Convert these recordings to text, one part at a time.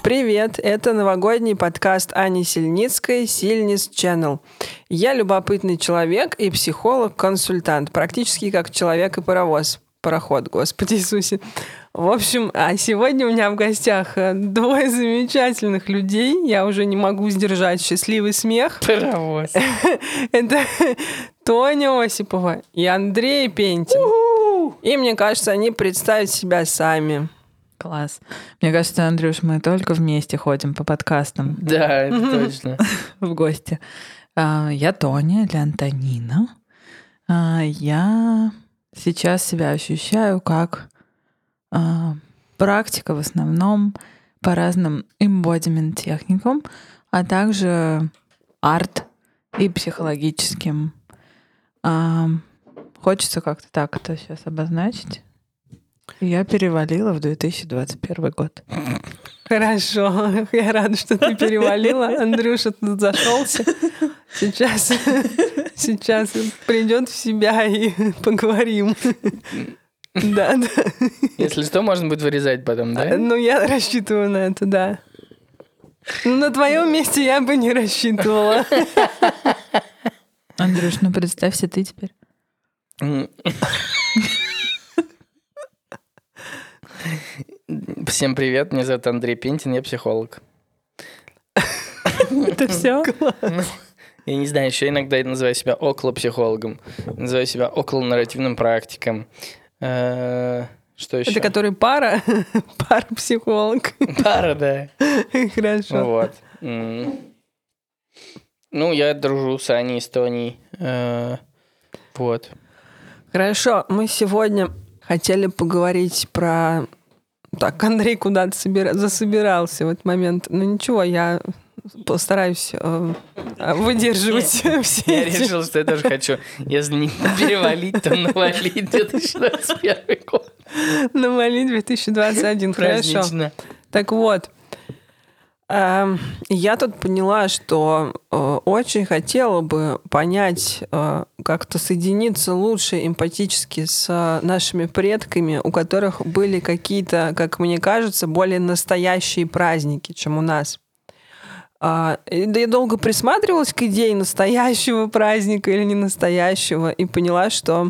Привет, это новогодний подкаст Ани Сильницкой «Сильниц Channel». Я любопытный человек и психолог-консультант, практически как человек и пароход, Господи Иисусе. В общем, сегодня у меня в гостях двое замечательных людей. Я уже не могу сдержать счастливый смех. Паровоз. Это Тоня Осипова и Андрей Пентин. И мне кажется, они представят себя сами. Класс. Мне кажется, Андрюш, мы только вместе ходим по подкастам. Да, это точно. В гости. Я Тоня или Антонина. Я сейчас себя ощущаю как практика в основном по разным эмбодимент-техникам, а также арт и психологическим. Хочется как-то так это сейчас обозначить. Я перевалила в 2021 год. Хорошо, я рада, что ты перевалила. Андрюша тут зашелся. Сейчас придет в себя и поговорим. Да. Если что, можно будет вырезать потом, да? Ну, я рассчитываю на это, да. На твоем месте я бы не рассчитывала. Андрюш, ну представься ты теперь. Всем привет, меня зовут Андрей Пентин, я психолог. Это все? Я не знаю, еще иногда я называю себя околопсихологом, называю себя околонарративным практиком. Что еще? Это который парапсихолог. Пара, да. Хорошо. Вот. Ну, я дружу с Аней, с Тоней. Вот. Хорошо, мы сегодня хотели поговорить про... Так, Андрей куда-то засобирался в этот момент. Ну ничего, я постараюсь выдерживать все Я эти... решил, что я тоже хочу. Если не перевалить, то навалить 2021 год. Навалить 2021, хорошо. Празднично. Так вот, я тут поняла, что очень хотела бы понять, как-то соединиться лучше эмпатически с нашими предками, у которых были какие-то, как мне кажется, более настоящие праздники, чем у нас. Я долго присматривалась к идее настоящего праздника или не настоящего и поняла, что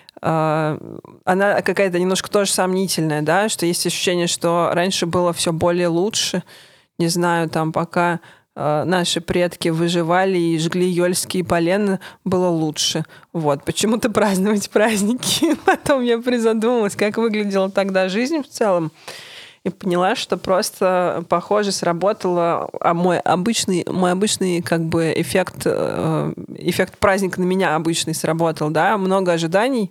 она какая-то немножко тоже сомнительная, да, что есть ощущение, что раньше было все более лучше. Не знаю, там пока наши предки выживали и жгли ёльские полена, было лучше. Вот, почему-то праздновать праздники. Потом я призадумалась, как выглядела тогда жизнь в целом. И поняла, что просто, похоже, сработало мой обычный как бы эффект праздника на меня обычный сработал, да, много ожиданий,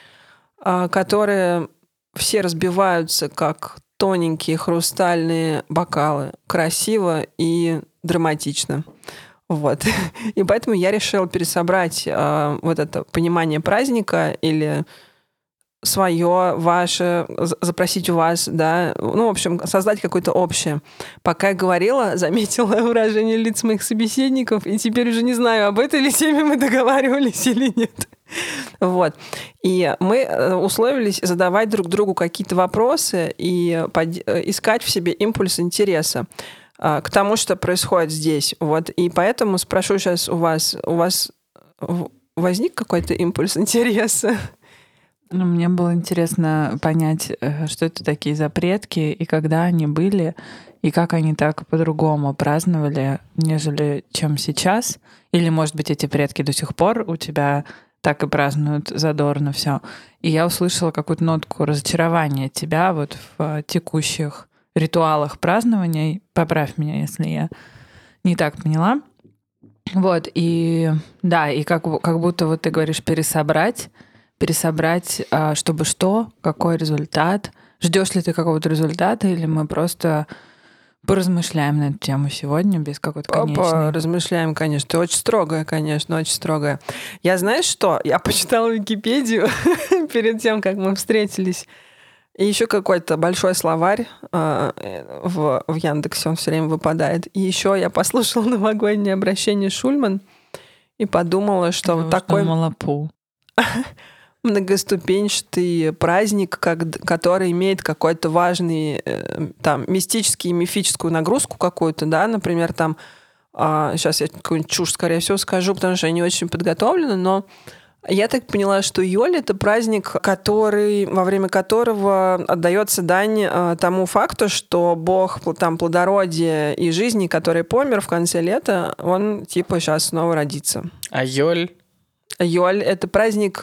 которые все разбиваются как тоненькие хрустальные бокалы, красиво и драматично. Вот. И поэтому я решила пересобрать вот это понимание праздника или свое, ваше, запросить у вас, да, ну, в общем, создать какое-то общее. Пока я говорила, заметила выражение лиц моих собеседников, и теперь уже не знаю, об этой ли теме мы договаривались или нет. Вот. И мы условились задавать друг другу какие-то вопросы и искать в себе импульс интереса к тому, что происходит здесь. Вот. И поэтому спрошу сейчас у вас возник какой-то импульс интереса? Ну, мне было интересно понять, что это такие за предки, и когда они были, и как они так по-другому праздновали, нежели чем сейчас. Или, может быть, эти предки до сих пор у тебя так и празднуют задорно все. И я услышала какую-то нотку разочарования от тебя вот в текущих ритуалах празднования. Поправь меня, если я не так поняла. Вот, и да, и как будто вот ты говоришь пересобрать, чтобы что, какой результат. Ждешь ли ты какого-то результата, или мы просто поразмышляем на эту тему сегодня без какой-то конечной? Размышляем, конечно. Ты очень строгая, конечно, очень строгая. Я, знаешь что? Я почитала Википедию перед тем, как мы встретились. И еще какой-то большой словарь в Яндексе, он все время выпадает. И еще я послушала новогоднее обращение Шульман и подумала, что вот такой... Малапу. многоступенчатый праздник, который имеет какой-то важный, там, мистический, мифическую нагрузку какую-то, да, например, там, сейчас я какую-нибудь чушь, скорее всего, скажу, потому что я не очень подготовлена, но я так поняла, что Йоль — это праздник, во время которого отдается дань тому факту, что бог там плодородия и жизни, который помер в конце лета, он типа сейчас снова родится. А Йоль? Йоль — это праздник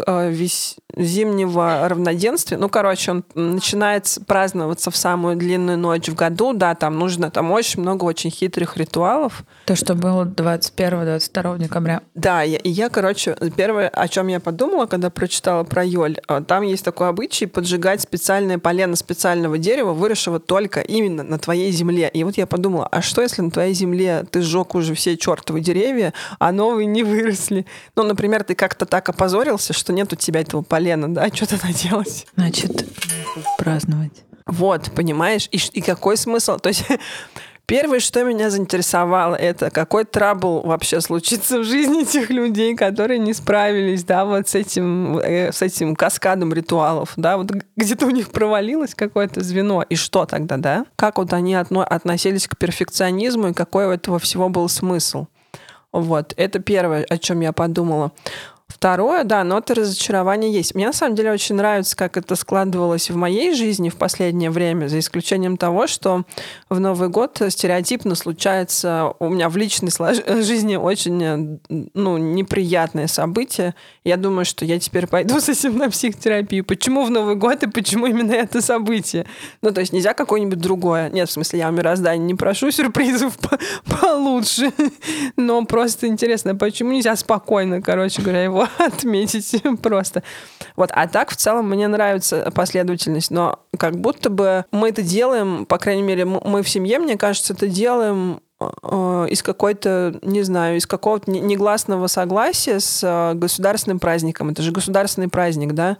зимнего равноденствия. Ну, короче, он начинает праздноваться в самую длинную ночь в году. Да, там нужно очень много очень хитрых ритуалов. То, что было 21-22 декабря. Да, я, короче, первое, о чем я подумала, когда прочитала про Йоль, там есть такой обычай поджигать специальное полено специального дерева, выросшего только именно на твоей земле. И вот я подумала, а что, если на твоей земле ты сжег уже все чертовы деревья, а новые не выросли? Ну, например, ты как-то так опозорился, что нет у тебя этого полена, да? Что тогда делать? Значит, праздновать. Вот, понимаешь? И какой смысл? То есть первое, что меня заинтересовало, это какой трабл вообще случится в жизни этих людей, которые не справились, да, вот с этим каскадом ритуалов, да, вот где-то у них провалилось какое-то звено, и что тогда, да? Как вот они относились к перфекционизму, и какой у этого всего был смысл? Вот, это первое, о чем я подумала. Второе, да, ноты разочарования есть. Мне на самом деле очень нравится, как это складывалось в моей жизни в последнее время, за исключением того, что в Новый год стереотипно случается у меня в личной жизни очень неприятное событие. Я думаю, что я теперь пойду с этим на психотерапию. Почему в Новый год и почему именно это событие? Ну, то есть нельзя какое-нибудь другое. Нет, в смысле, я у мироздания не прошу сюрпризов получше, но просто интересно, почему нельзя спокойно, короче говоря, его отметить просто. Вот. А так, в целом, мне нравится последовательность, но как будто бы мы это делаем, по крайней мере, мы в семье, мне кажется, это делаем из какой-то, не знаю, из какого-то негласного согласия с государственным праздником. Это же государственный праздник, да?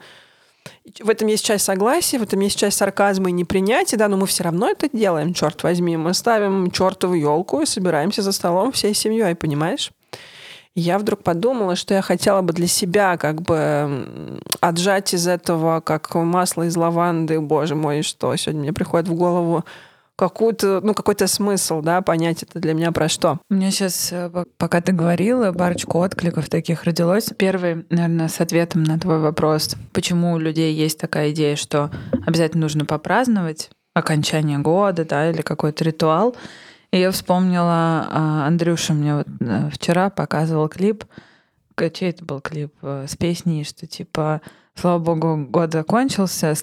В этом есть часть согласия, в этом есть часть сарказма и непринятия, да, но мы все равно это делаем, черт возьми. Мы ставим чертову елку и собираемся за столом всей семьей, понимаешь? Я вдруг подумала, что я хотела бы для себя как бы отжать из этого, как масло из лаванды, боже мой, что сегодня мне приходит в голову, какой-то смысл, да, понять это для меня про что. У меня сейчас, пока ты говорила, парочку откликов таких родилось. Первый, наверное, с ответом на твой вопрос, почему у людей есть такая идея, что обязательно нужно попраздновать окончание года, да, или какой-то ритуал. И я вспомнила, Андрюша мне вот вчера показывал клип, чей это был клип, с песней, что типа, слава богу, год закончился,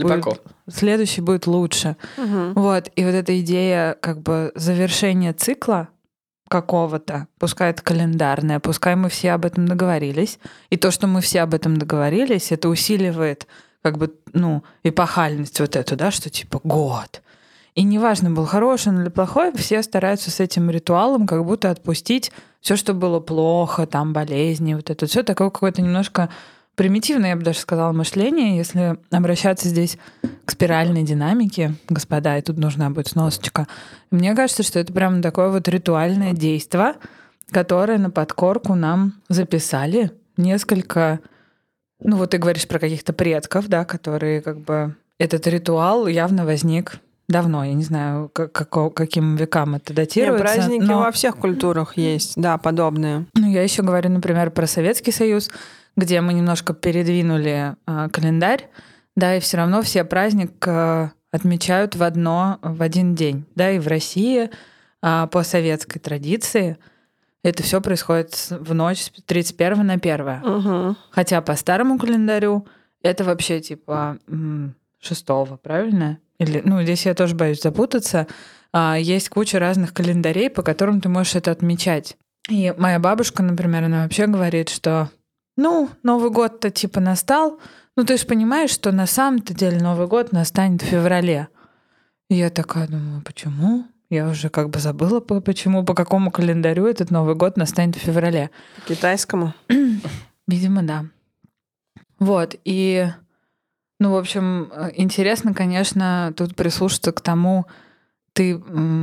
следующий будет лучше. Угу. Вот, и вот эта идея как бы завершения цикла какого-то, пускай это календарное, пускай мы все об этом договорились, и то, что мы все об этом договорились, это усиливает как бы, эпохальность вот эту, да, что типа год. И неважно, был хороший он или плохой, все стараются с этим ритуалом как будто отпустить все, что было плохо, там болезни, вот это все такое какое-то немножко примитивное, я бы даже сказала, мышление, если обращаться здесь к спиральной динамике, господа, и тут нужна будет сносочка. Мне кажется, что это прям такое вот ритуальное действо, которое на подкорку нам записали несколько... вот ты говоришь про каких-то предков, да, которые как бы... Этот ритуал явно возник давно, я не знаю, каким векам это датируется. Праздники во всех культурах есть, да, подобные. Я еще говорю, например, про Советский Союз, где мы немножко передвинули календарь, да, и все равно все праздник отмечают в один день, да, и в России по советской традиции это все происходит в ночь с 31 на 1. Угу. Хотя по старому календарю это вообще типа 6, правильно? Или, здесь я тоже боюсь запутаться. Есть куча разных календарей, по которым ты можешь это отмечать. И моя бабушка, например, она вообще говорит, что Новый год-то типа настал. Ты же понимаешь, что на самом-то деле Новый год настанет в феврале. И я такая думаю, почему? Я уже как бы забыла, почему, по какому календарю этот Новый год настанет в феврале. По китайскому? Видимо, да. Вот, и... в общем, интересно, конечно, тут прислушаться к тому, ты,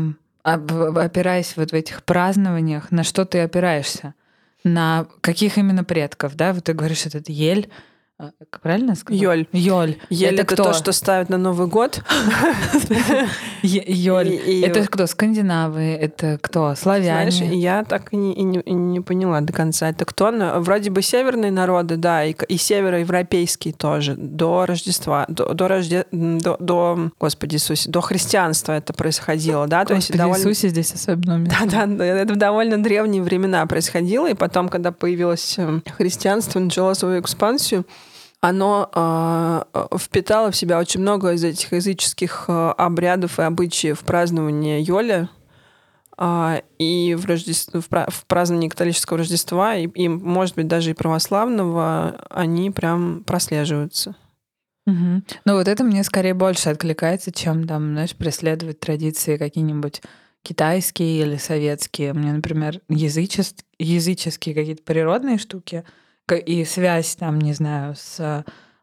опираясь вот в этих празднованиях, на что ты опираешься? На каких именно предков, да? Вот ты говоришь, этот ель, Как правильно сказать? Йоль. Йоль. Ель — это то, что ставят на Новый год. Йоль. Это кто? Скандинавы? Это кто? Славяне? Знаешь, я так и не поняла до конца, это кто. Но вроде бы северные народы, да, и североевропейские тоже. До Рождества, Господи Иисусе, до христианства это происходило, да? Господи Иисусе здесь особенно уместно. Да, это в довольно древние времена происходило, и потом, когда появилось христианство, начало свою экспансию, оно впитало в себя очень много из этих языческих обрядов и обычаев празднования Йоля и в праздновании католического Рождества, и, может быть, даже и православного, они прям прослеживаются. Ну вот это мне скорее больше откликается, чем там, знаешь, преследовать традиции какие-нибудь китайские или советские. Мне, например, языческие какие-то природные штуки и связь там, не знаю, с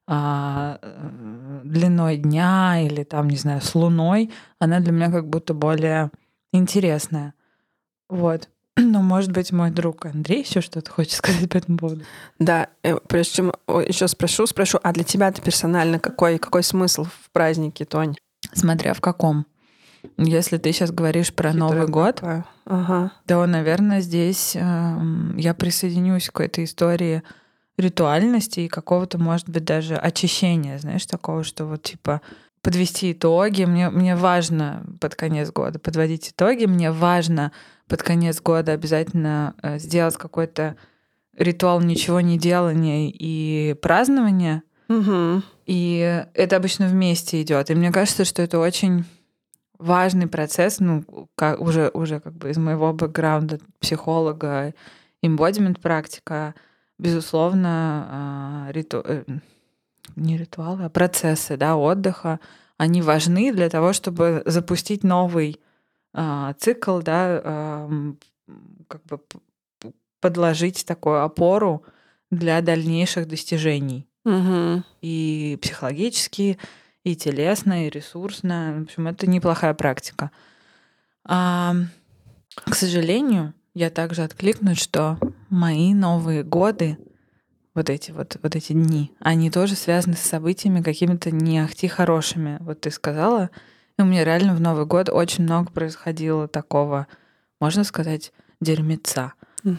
длиной дня или там, не знаю, с луной, она для меня как будто более интересная. Вот. Но, может быть, мой друг Андрей еще что-то хочет сказать по этому поводу. Да, прежде чем еще спрошу, а для тебя-то персонально какой смысл в празднике, Тонь? Смотря в каком. Если ты сейчас говоришь про Новый год, то, наверное, здесь я присоединюсь к этой истории ритуальности и какого-то, может быть, даже очищения, знаешь, такого, что вот типа подвести итоги. Мне важно под конец года подводить итоги, мне важно под конец года обязательно сделать какой-то ритуал ничего не делания и празднования. И это обычно вместе идет. И мне кажется, что это очень важный процесс, уже как бы из моего бэкграунда психолога, эмбодимент практика, безусловно, не ритуалы, а процессы, да, отдыха, они важны для того, чтобы запустить новый цикл, да, как бы подложить такую опору для дальнейших достижений. И психологически, и телесно, и ресурсно. В общем, это неплохая практика. К сожалению, я также откликнусь, что мои Новые годы, вот эти дни, они тоже связаны с событиями какими-то не ахти хорошими. Вот ты сказала, и у меня реально в Новый год очень много происходило такого, можно сказать, дерьмеца.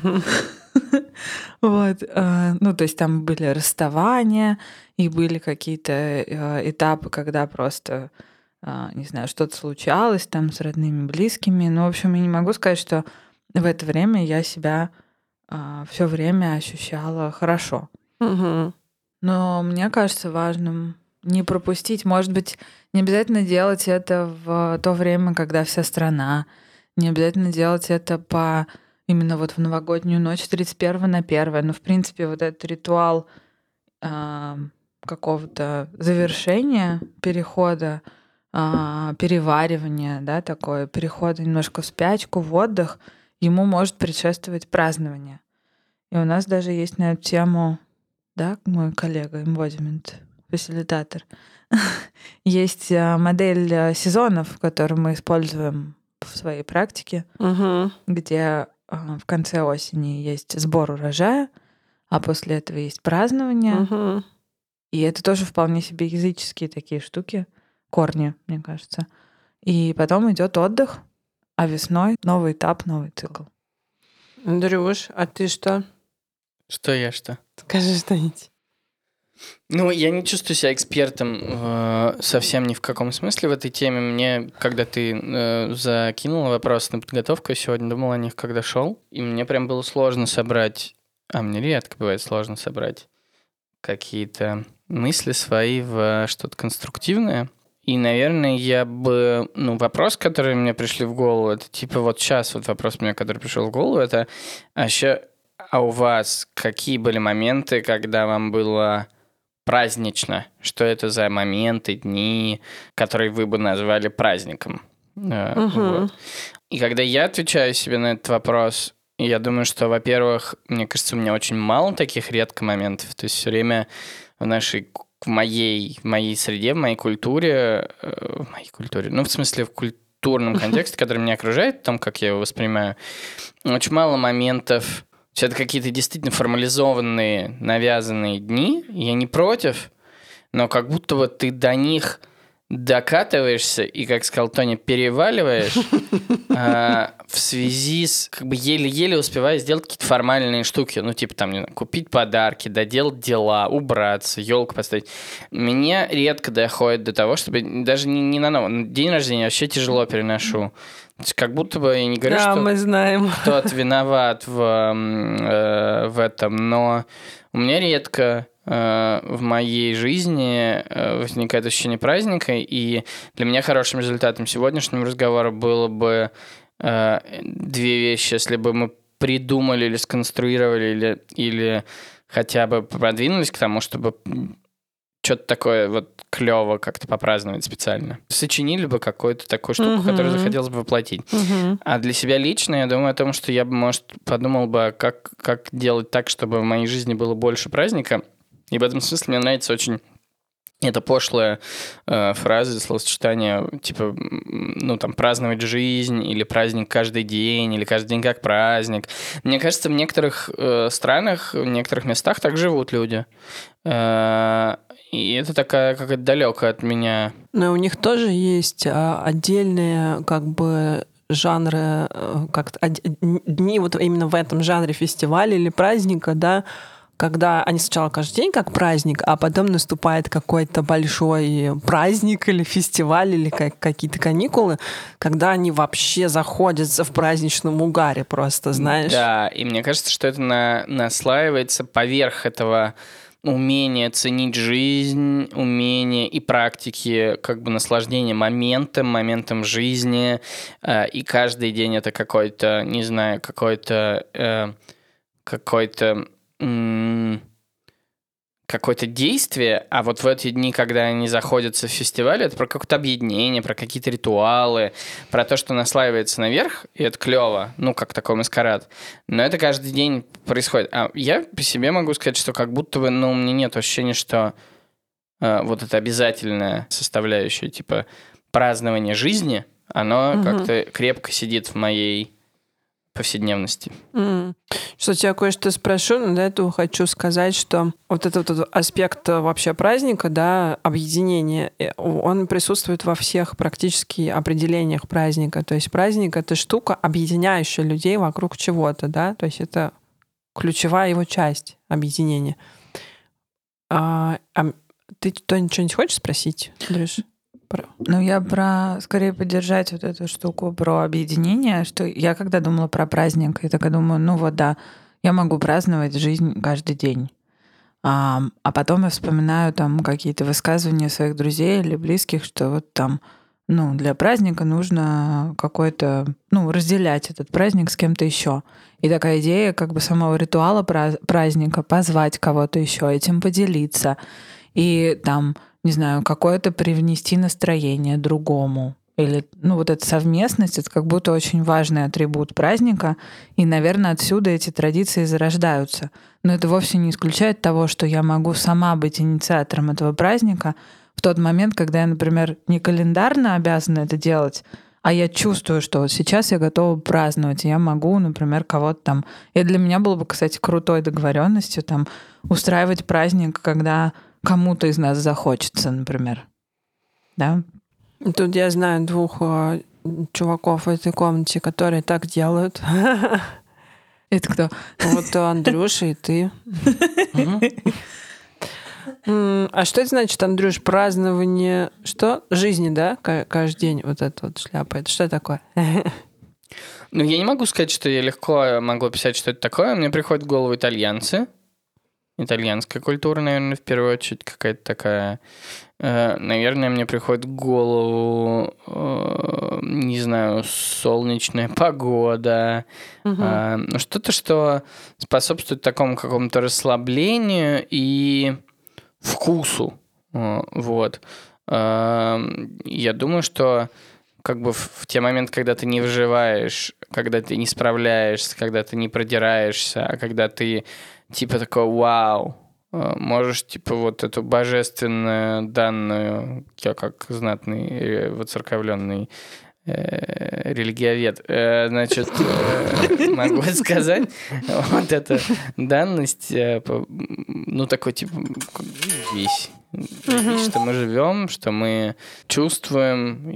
Вот. То есть там были расставания, и были какие-то этапы, когда просто, не знаю, что-то случалось там с родными, близкими. В общем, я не могу сказать, что в это время я себя все время ощущала хорошо. Но мне кажется важным не пропустить. Может быть, не обязательно делать это в то время, когда вся страна. Не обязательно делать это именно вот в новогоднюю ночь с 31 на 1. Но, в принципе, вот этот ритуал какого-то завершения, перехода, переваривания, да, такое, перехода немножко в спячку, в отдых, ему может предшествовать празднование. И у нас даже есть на эту тему, да, мой коллега, эмбодимент, фасилитатор, есть модель сезонов, которую мы используем в своей практике, где в конце осени есть сбор урожая, а после этого есть празднование. И это тоже вполне себе языческие такие штуки, корни, мне кажется. И потом идет отдых, а весной новый этап, новый цикл. Андрюш, а ты что? Что я что? Скажи что-нибудь. Я не чувствую себя экспертом совсем ни в каком смысле в этой теме. Мне, когда ты закинула вопрос на подготовку, я сегодня думал о них, когда шел, и мне прям было сложно собрать, мне редко бывает сложно собрать какие-то мысли свои в что-то конструктивное. И, наверное, я бы... вопрос, которые мне пришли в голову, это типа вот сейчас вот вопрос мне, который пришел в голову, это а у вас какие были моменты, когда вам было празднично? Что это за моменты, дни, которые вы бы назвали праздником? Вот. И когда я отвечаю себе на этот вопрос, я думаю, что, во-первых, мне кажется, у меня очень мало таких редко моментов. То есть все время в моей среде, в моей культуре, в смысле в культурном контексте, который меня окружает, в том, как я его воспринимаю, очень мало моментов есть это какие-то действительно формализованные, навязанные дни. Я не против, но как будто бы ты до них докатываешься и, как сказал Тоня, переваливаешь в связи с... Как бы еле-еле успеваешь сделать какие-то формальные штуки. Ну, типа там, не знаю, купить подарки, доделать дела, убраться, елку поставить. Мне редко доходит до того, чтобы... Даже не на новый день рождения вообще тяжело переношу. То есть как будто бы я не говорю, Да, что мы знаем. кто-то виноват в этом, но у меня редко в моей жизни возникает ощущение праздника, и для меня хорошим результатом сегодняшнего разговора было бы две вещи. Если бы мы придумали или сконструировали, или хотя бы продвинулись к тому, чтобы что-то такое вот клево как-то попраздновать специально. Сочинили бы какую-то такую штуку, которую захотелось бы воплотить. А для себя лично я думаю о том, что я бы, может, подумал бы, как делать так, чтобы в моей жизни было больше праздника. И в этом смысле мне нравится очень это пошлая фраза, словосочетание, типа, ну, там, праздновать жизнь, или праздник каждый день, или каждый день как праздник. Мне кажется, в некоторых странах, в некоторых местах так живут люди. И это такая какая-то далекая от меня. Но у них тоже есть отдельные, как бы, жанры, дни вот именно в этом жанре фестиваля или праздника, да, когда они сначала каждый день как праздник, а потом наступает какой-то большой праздник или фестиваль, или какие-то каникулы, когда они вообще заходятся в праздничном угаре просто, знаешь. Да, и мне кажется, что это наслаивается поверх этого умение ценить жизнь, умение и практики как бы наслаждения моментом жизни. И каждый день это какой-то, не знаю, какое-то действие, а вот в эти дни, когда они заходятся в фестиваль, это про какое-то объединение, про какие-то ритуалы, про то, что наслаивается наверх, и это клево, ну, как такой маскарад. Но это каждый день происходит. А я по себе могу сказать, что как будто бы, ну, у меня нет ощущения, что вот это обязательная составляющая, типа, празднование жизни, оно как-то крепко сидит в моей повседневности. Кстати, я кое-что спрошу, но до этого хочу сказать, что вот этот вот аспект вообще праздника, да, объединения, он присутствует во всех практически определениях праздника. То есть праздник — это штука, объединяющая людей вокруг чего-то, да, то есть это ключевая его часть объединения. Ты что-нибудь хочешь спросить, Андрюш? Ну, я скорее поддержать вот эту штуку про объединение, что я когда думала про праздник, я такая думаю, ну вот да, я могу праздновать жизнь каждый день. А потом я вспоминаю там какие-то высказывания своих друзей или близких, что вот там, ну, для праздника нужно какой-то, ну, разделять этот праздник с кем-то еще. И такая идея как бы самого ритуала праздника — позвать кого-то еще, этим поделиться. И там, не знаю, какое-то привнести настроение другому. Или, ну, вот эта совместность — это как будто очень важный атрибут праздника, и, наверное, отсюда эти традиции зарождаются. Но это вовсе не исключает того, что я могу сама быть инициатором этого праздника в тот момент, когда я, например, не календарно обязана это делать, а я чувствую, что вот сейчас я готова праздновать, и я могу, например, кого-то там... И для меня было бы, кстати, крутой договоренностью там устраивать праздник, когда кому-то из нас захочется, например. Да? Тут я знаю двух чуваков в этой комнате, которые так делают. Это кто? Вот Андрюша и ты. А что это значит, Андрюш, празднование что? Жизни, да? Каждый день вот эта вот шляпа. Это что такое? Ну, я не могу сказать, что я легко могу описать, что это такое. Мне приходят в голову итальянцы. Итальянская культура, наверное, в первую очередь какая-то такая. Наверное, мне приходит в голову, не знаю, солнечная погода. Что-то, что способствует такому какому-то расслаблению и вкусу. Вот. Я думаю, что как бы в те моменты, когда ты не выживаешь, когда ты не справляешься, когда ты не продираешься, а когда ты типа такой вау, можешь типа вот эту божественную данную, я как знатный воцерковленный религиовед. Значит, могу сказать, вот эта данность, ну, такой, типа, вещь. Вещь, что мы живем, что мы чувствуем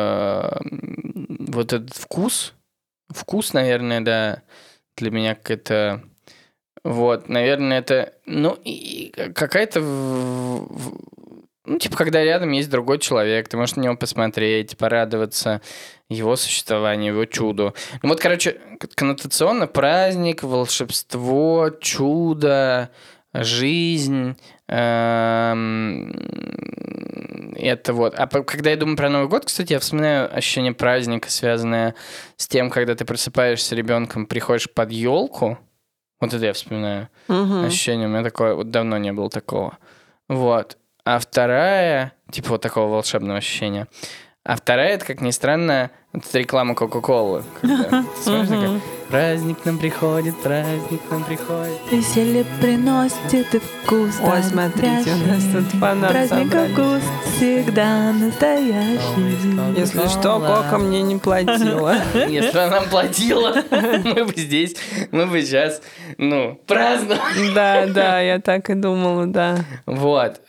вот этот вкус. Вкус, наверное, да, для меня какая-то... Вот, наверное, это... Ну, и какая-то... Ну, типа, когда рядом есть другой человек, ты можешь на него посмотреть, порадоваться его существованию, его чуду. Ну, вот, короче, коннотационно праздник, волшебство, чудо, жизнь... Это вот. А когда я думаю про Новый год, кстати, я вспоминаю ощущение праздника, связанное с тем, когда ты просыпаешься ребенком, приходишь под елку. Вот это я вспоминаю. Ощущение. У меня такое... Вот давно не было такого. Вот. А вторая... Типа вот такого волшебного ощущения. А вторая, это, как ни странно, это реклама Кока-Колы. Когда ты смотришь, такая, праздник нам приходит, праздник нам приходит. Веселье приносит и вкус. Ой, смотрите, у нас тут фанат праздник собрались. вкус всегда настоящий. Если что, Кока мне не платила. Если бы она нам платила, мы бы здесь, мы бы сейчас, ну, праздновали. Да, я так и думала, да. Вот.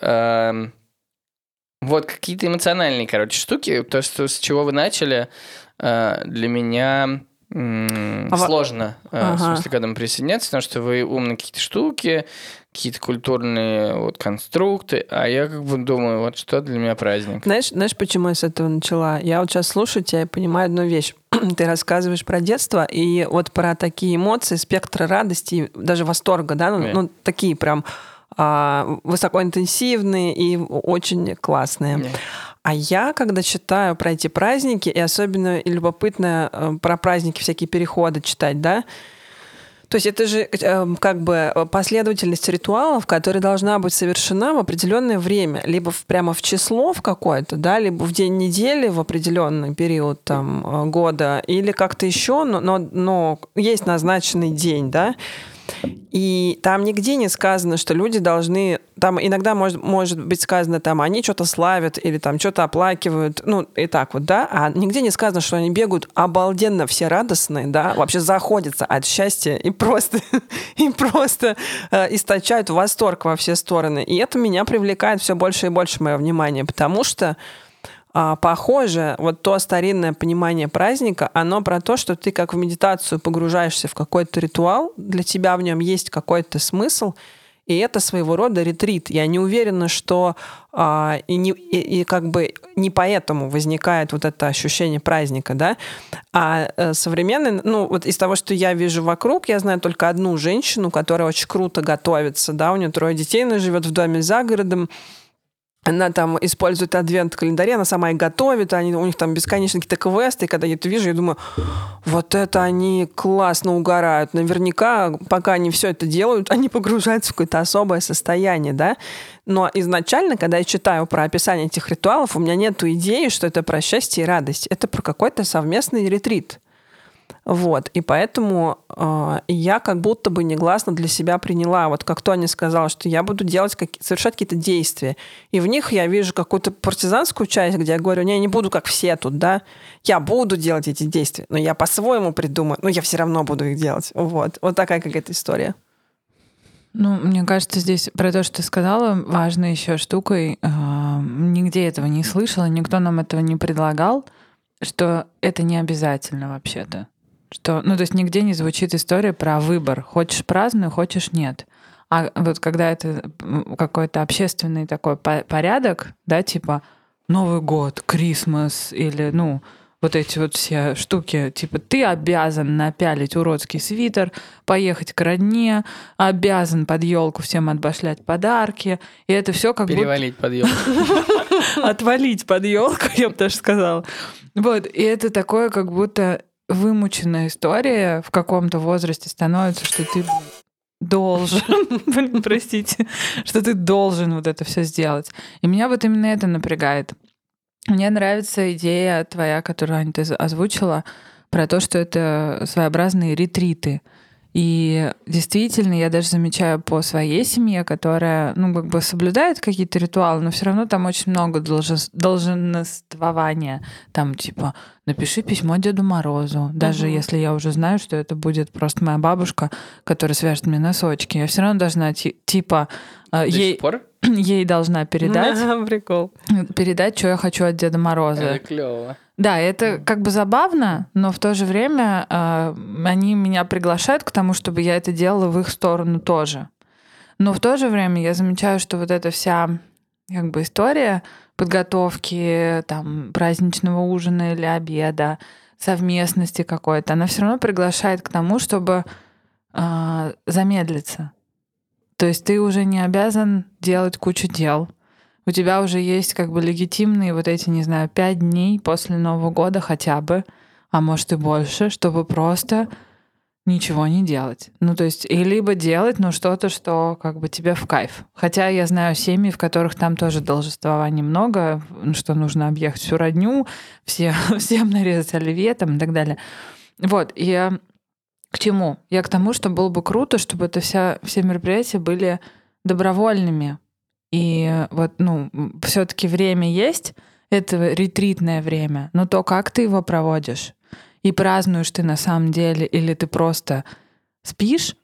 Вот какие-то эмоциональные, короче, штуки. То, что, с чего вы начали, для меня сложно, в смысле, к этому присоединяться, потому что вы умные какие-то штуки, какие-то культурные вот конструкты, а я как бы думаю, вот что для меня праздник. Знаешь, почему я с этого начала? Я вот сейчас слушаю тебя и понимаю одну вещь. Ты рассказываешь про детство и вот про такие эмоции, спектр радости, даже восторга, да, ну такие прям высокоинтенсивные и очень классные. А я, когда читаю про эти праздники, и особенно и любопытно про праздники, всякие переходы читать, да, то есть это же как бы последовательность ритуалов, которая должна быть совершена в определенное время, либо прямо в число в какое-то, да, либо в день недели в определенный период там, года, или как-то еще, но есть назначенный день, да. И там нигде не сказано, что люди должны... Там иногда может быть сказано, там, они что-то славят или там что-то оплакивают, ну, и так вот, да, а нигде не сказано, что они бегают обалденно все радостные, да, вообще заходятся от счастья и просто источают восторг во все стороны. И это меня привлекает все больше и больше мое внимание, потому что похоже, вот то старинное понимание праздника, оно про то, что ты как в медитацию погружаешься в какой-то ритуал, для тебя в нем есть какой-то смысл, и это своего рода ретрит. Я не уверена, что и как бы не поэтому возникает вот это ощущение праздника, да, а современный, ну вот из того, что я вижу вокруг, я знаю только одну женщину, которая очень круто готовится, да, у нее 3 детей, она живет в доме за городом. Она там использует адвент-календарь, она сама их готовит, у них там бесконечно какие-то квесты, и когда я это вижу, я думаю, вот это они классно угорают. Наверняка, пока они все это делают, они погружаются в какое-то особое состояние, да. Но изначально, когда я читаю про описание этих ритуалов, у меня нет идеи, что это про счастье и радость. Это про какой-то совместный ретрит. Вот, и поэтому я как будто бы негласно для себя приняла, вот как Тоня сказала, что я буду совершать какие-то действия, и в них я вижу какую-то партизанскую часть, где я говорю, не буду как все тут, да, я буду делать эти действия, но я по-своему придумаю, но я все равно буду их делать, вот такая какая-то история. Ну, мне кажется, здесь про то, что ты сказала, важной еще штукой, нигде этого не слышала, никто нам этого не предлагал, что это не обязательно вообще-то. Что, ну, то есть нигде не звучит история про выбор. Хочешь — празднуй, хочешь — нет. А вот когда это какой-то общественный такой порядок, да, типа Новый год, Крисмас или, ну, вот эти вот все штуки, типа ты обязан напялить уродский свитер, поехать к родне, обязан под елку всем отбашлять подарки, и это все как перевалить под елку. Отвалить под елку, я бы даже сказала. Вот, и это такое, как будто вымученная история в каком-то возрасте становится, что ты должен, простите, что ты должен вот это все сделать. И меня вот именно это напрягает. Мне нравится идея твоя, которую, Аня, ты озвучила, про то, что это своеобразные ретриты. И действительно, я даже замечаю по своей семье, которая, соблюдает какие-то ритуалы, но все равно там очень много долженствования. Там, типа, напиши письмо Деду Морозу. Даже если я уже знаю, что это будет просто моя бабушка, которая свяжет мне носочки. Я все равно должна, типа, До сих пор? ей должна передать, Прикол. что я хочу от Деда Мороза. Это клево. Да, это как бы забавно, но в то же время они меня приглашают к тому, чтобы я это делала в их сторону тоже. Но в то же время я замечаю, что вот эта вся как бы история подготовки там праздничного ужина или обеда, совместности какой-то, она все равно приглашает к тому, чтобы замедлиться. То есть ты уже не обязан делать кучу дел. У тебя уже есть как бы легитимные вот эти, 5 дней после Нового года хотя бы, а может и больше, чтобы просто ничего не делать. То есть и либо делать, что-то, что как бы тебе в кайф. Хотя я знаю семьи, в которых там тоже должествований много, что нужно объехать всю родню, всем нарезать оливье там и так далее. Вот, и я к чему? Я к тому, что было бы круто, чтобы все мероприятия были добровольными. И вот, все-таки время есть, это ретритное время, но то, как ты его проводишь, и празднуешь ты на самом деле, или ты просто спишь,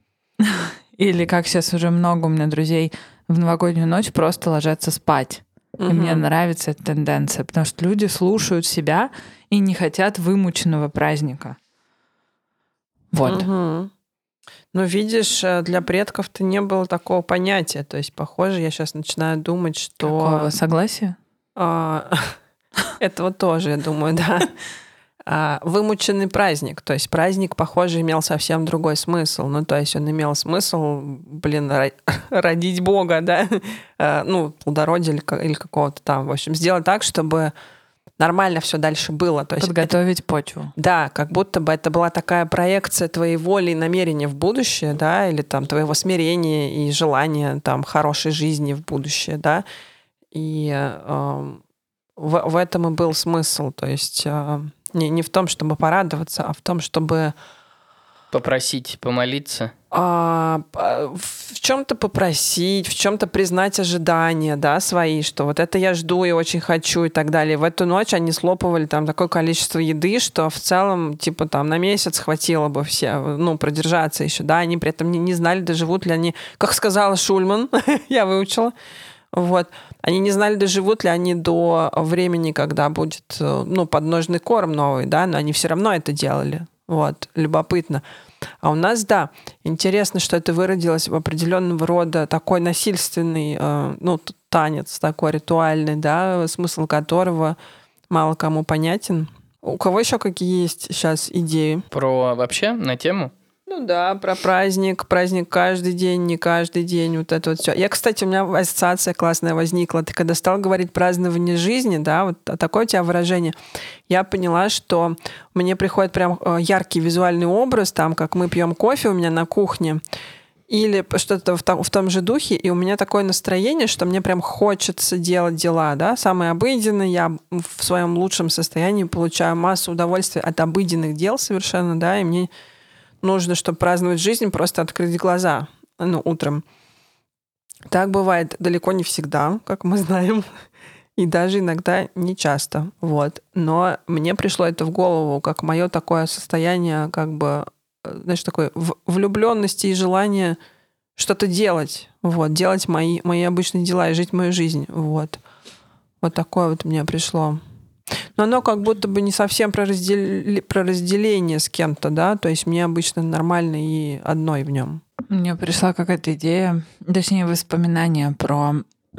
или, как сейчас уже много у меня друзей, в новогоднюю ночь просто ложатся спать. И мне нравится эта тенденция, потому что люди слушают себя и не хотят вымученного праздника. Вот. Видишь, для предков-то не было такого понятия. То есть, похоже, я сейчас начинаю думать, что... Какого согласия? Этого тоже, я думаю, да. Вымученный праздник. То есть праздник, похоже, имел совсем другой смысл. То есть он имел смысл, родить Бога, да? Плодородие или какого-то там. В общем, сделать так, чтобы нормально все дальше было. То есть подготовить почву. Да, как будто бы это была такая проекция твоей воли и намерения в будущее, да, или там твоего смирения и желания там хорошей жизни в будущее, да. И в этом и был смысл. То есть не в том, чтобы порадоваться, а в том, чтобы... Попросить, помолиться. В чем-то попросить, в чем-то признать ожидания, да, свои, что вот это я жду и очень хочу и так далее. В эту ночь они слопывали там такое количество еды, что в целом, типа, там на месяц хватило бы все, продержаться еще, да, они при этом не знали, доживут ли они, как сказала Шульман, я выучила, вот, они не знали, доживут ли они до времени, когда будет, подножный корм новый, да, но они все равно это делали. Вот, любопытно. А у нас, да, интересно, что это выродилось в определенного рода такой насильственный, танец такой ритуальный, да, смысл которого мало кому понятен. У кого еще какие есть сейчас идеи? Про вообще на тему? Да, про праздник каждый день, не каждый день, вот это вот все. У меня ассоциация классная возникла. Ты когда стал говорить празднование жизни, да, вот такое у тебя выражение, я поняла, что мне приходит прям яркий визуальный образ, там, как мы пьем кофе у меня на кухне, или что-то в том же духе, и у меня такое настроение, что мне прям хочется делать дела, да, самые обыденные, я в своем лучшем состоянии получаю массу удовольствия от обыденных дел совершенно, да, и мне нужно, чтобы праздновать жизнь, просто открыть глаза, утром. Так бывает далеко не всегда, как мы знаем, и даже иногда не часто, вот. Но мне пришло это в голову, как мое такое состояние, как бы, знаешь, такой влюбленности и желания что-то делать, вот, делать мои обычные дела и жить мою жизнь, вот. Вот такое вот мне пришло. Но оно как будто бы не совсем про разделение с кем-то, да, то есть мне обычно нормально и одной в нем. Мне пришла какая-то идея, точнее воспоминание про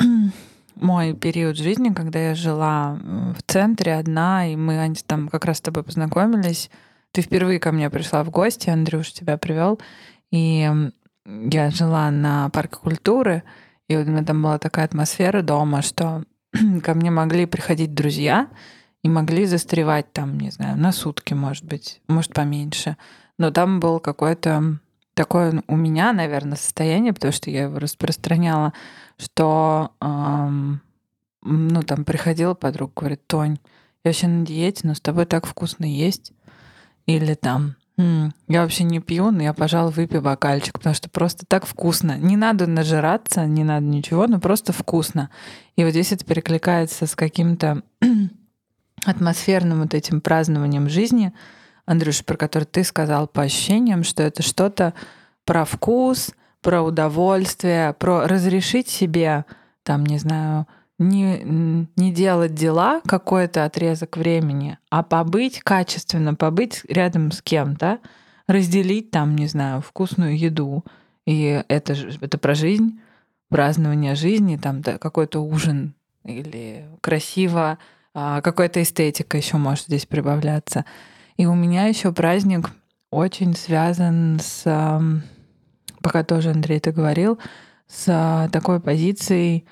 мой период жизни, когда я жила в центре одна, и мы там как раз с тобой познакомились. Ты впервые ко мне пришла в гости, Андрюш тебя привел, и я жила на парке культуры, и вот у меня там была такая атмосфера дома, что ко мне могли приходить друзья и могли застревать там, не знаю, на сутки, может быть, может поменьше. Но там был какое-то такое у меня, наверное, состояние, потому что я его распространяла, что там приходила подруга, говорит: Тонь, я вообще на диете, но с тобой так вкусно есть. Или там, Я вообще не пью, но я, пожалуй, выпью бокальчик, потому что просто так вкусно. Не надо нажираться, не надо ничего, но просто вкусно. И вот здесь это перекликается с каким-то атмосферным вот этим празднованием жизни, Андрюш, про который ты сказал по ощущениям, что это что-то про вкус, про удовольствие, про разрешить себе, там, не знаю, не делать дела какой-то отрезок времени, а побыть качественно, побыть рядом с кем-то, разделить там, не знаю, вкусную еду. И это про жизнь, празднование жизни, там да, какой-то ужин или красиво, какая-то эстетика еще может здесь прибавляться. И у меня еще праздник очень связан с, пока тоже, Андрей, ты говорил, с такой позицией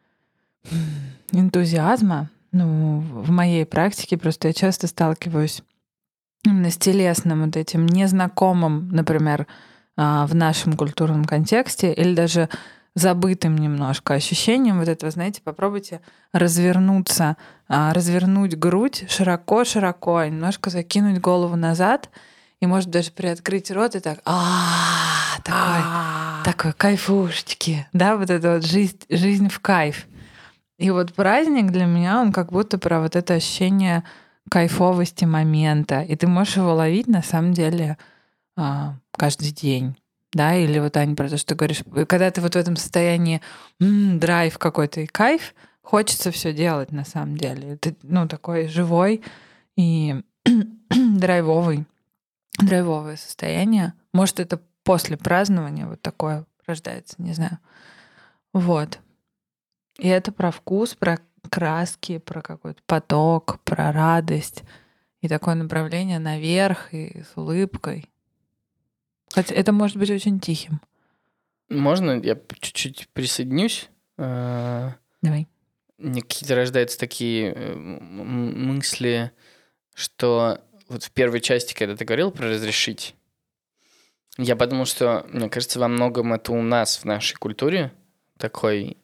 энтузиазма. Ну, в моей практике просто я часто сталкиваюсь именно с телесным вот этим незнакомым, например, в нашем культурном контексте, или даже забытым немножко ощущением вот этого, знаете, попробуйте развернуться, развернуть грудь широко-широко, немножко закинуть голову назад, и, может, даже приоткрыть рот и так, такой кайфушечки, да, вот это вот жизнь в кайф. И вот праздник для меня, он как будто про вот это ощущение кайфовости момента. И ты можешь его ловить, на самом деле, каждый день. Да, или вот, Аня, про то, что ты говоришь, когда ты вот в этом состоянии драйв какой-то и кайф, хочется все делать на самом деле. Ты, такой живой и драйвовое состояние. Может, это после празднования вот такое рождается, не знаю. Вот. И это про вкус, про краски, про какой-то поток, про радость и такое направление наверх и с улыбкой. Хотя это может быть очень тихим. Можно я чуть-чуть присоединюсь? Давай. Мне какие-то рождаются такие мысли, что вот в первой части, когда ты говорил про разрешить, я подумал, что, мне кажется, во многом это у нас в нашей культуре такой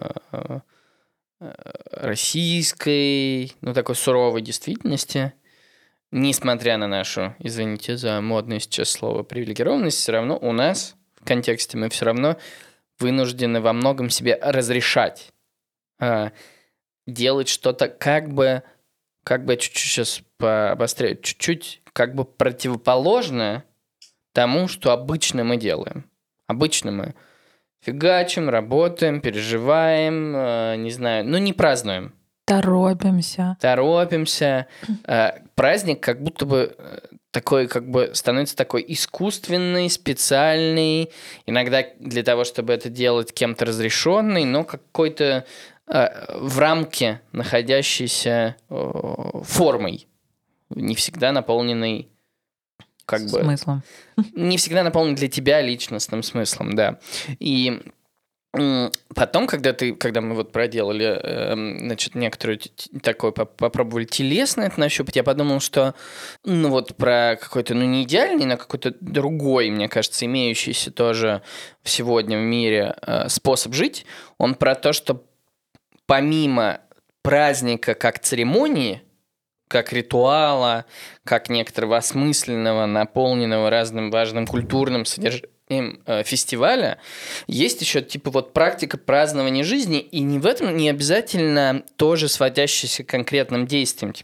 российской, такой суровой действительности, несмотря на нашу, извините за модное сейчас слово, привилегированность, все равно у нас в контексте мы все равно вынуждены во многом себе разрешать делать что-то как бы чуть-чуть сейчас пообостряю, чуть-чуть как бы противоположное тому, что обычно мы делаем. Обычно мы фигачим, работаем, переживаем, не знаю, не празднуем. Торопимся. Праздник как будто бы такой, как бы становится такой искусственный, специальный, иногда для того, чтобы это делать кем-то разрешенный, но какой-то в рамке находящейся формой, не всегда наполненной смыслом. Не всегда наполнен для тебя личностным смыслом, да. И потом, когда мы вот проделали, некоторую такой, попробовали телесно это нащупать, я подумал, что, про какой-то, не идеальный, но какой-то другой, мне кажется, имеющийся тоже сегодня в мире способ жить, он про то, что помимо праздника как церемонии, как ритуала, как некоторого осмысленного, наполненного разным важным культурным содержанием фестиваля, есть еще практика празднования жизни, и в этом не обязательно тоже сводящаяся к конкретным действиям,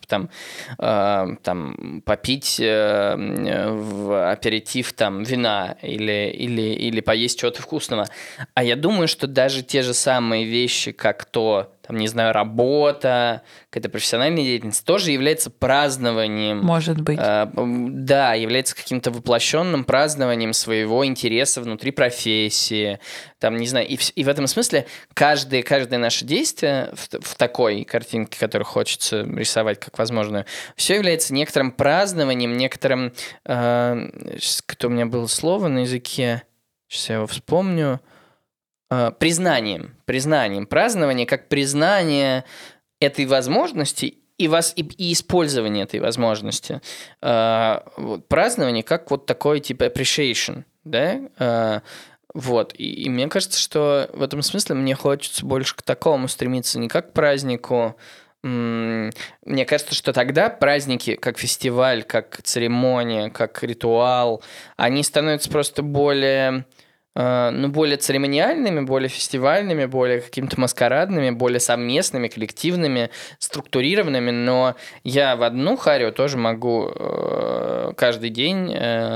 попить в аперитив вина или поесть чего-то вкусного. А я думаю, что даже те же самые вещи, как работа, какая-то профессиональная деятельность, тоже является празднованием. Может быть. Да, является каким-то воплощенным празднованием своего интереса внутри профессии. И в этом смысле каждое наше действие в такой картинке, которую хочется рисовать как возможную, все является некоторым празднованием, некоторым... Кто у меня было слово на языке? Сейчас я его вспомню. Признанием, празднование как признание этой возможности и использование этой возможности. Празднование как такой appreciation, да? И мне кажется, что в этом смысле мне хочется больше к такому стремиться, не как к празднику мне кажется, что тогда праздники, как фестиваль, как церемония, как ритуал, они становятся просто более церемониальными, более фестивальными, более какими-то маскарадными, более совместными, коллективными, структурированными, но я в одну харю тоже могу каждый день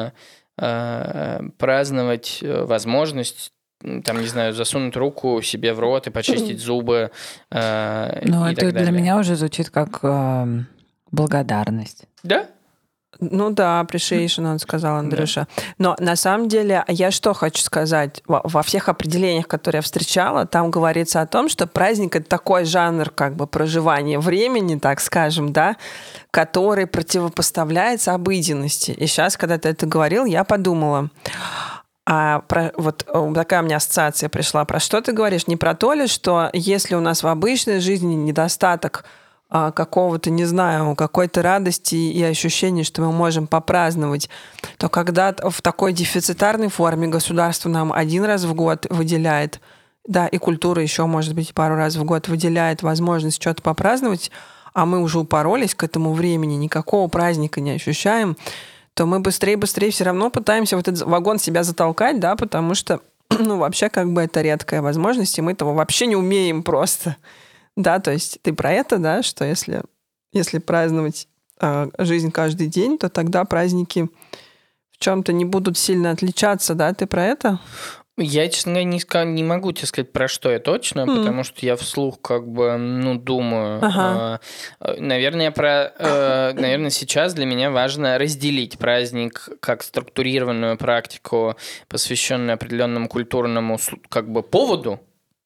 праздновать возможность, там, не знаю, засунуть руку себе в рот и почистить зубы. Ну, это для меня уже звучит как благодарность. Да? Ну да, appreciation, он сказал, Андрюша. Да. Но на самом деле, я что хочу сказать? Во всех определениях, которые я встречала, там говорится о том, что праздник — это такой жанр как бы проживания времени, так скажем, да, который противопоставляется обыденности. И сейчас, когда ты это говорил, я подумала... вот такая у меня ассоциация пришла. Про что ты говоришь? Не про то ли, что если у нас в обычной жизни недостаток какого-то, не знаю, какой-то радости и ощущения, что мы можем попраздновать, то когда в такой дефицитарной форме государство нам один раз в год выделяет, да, и культура еще, может быть, пару раз в год выделяет возможность что-то попраздновать, а мы уже упоролись к этому времени, никакого праздника не ощущаем, то мы быстрее все равно пытаемся в этот вагон себя затолкать, да, потому что, вообще, как бы это редкая возможность, и мы этого вообще не умеем просто. Да, то есть ты про это, да, что если праздновать жизнь каждый день, то тогда праздники в чем-то не будут сильно отличаться, да, ты про это? Я, честно говоря, не могу тебе сказать, про что я точно, потому что я вслух как бы, думаю. Ага. Наверное, сейчас для меня важно разделить праздник как структурированную практику, посвященную определенному культурному как бы поводу,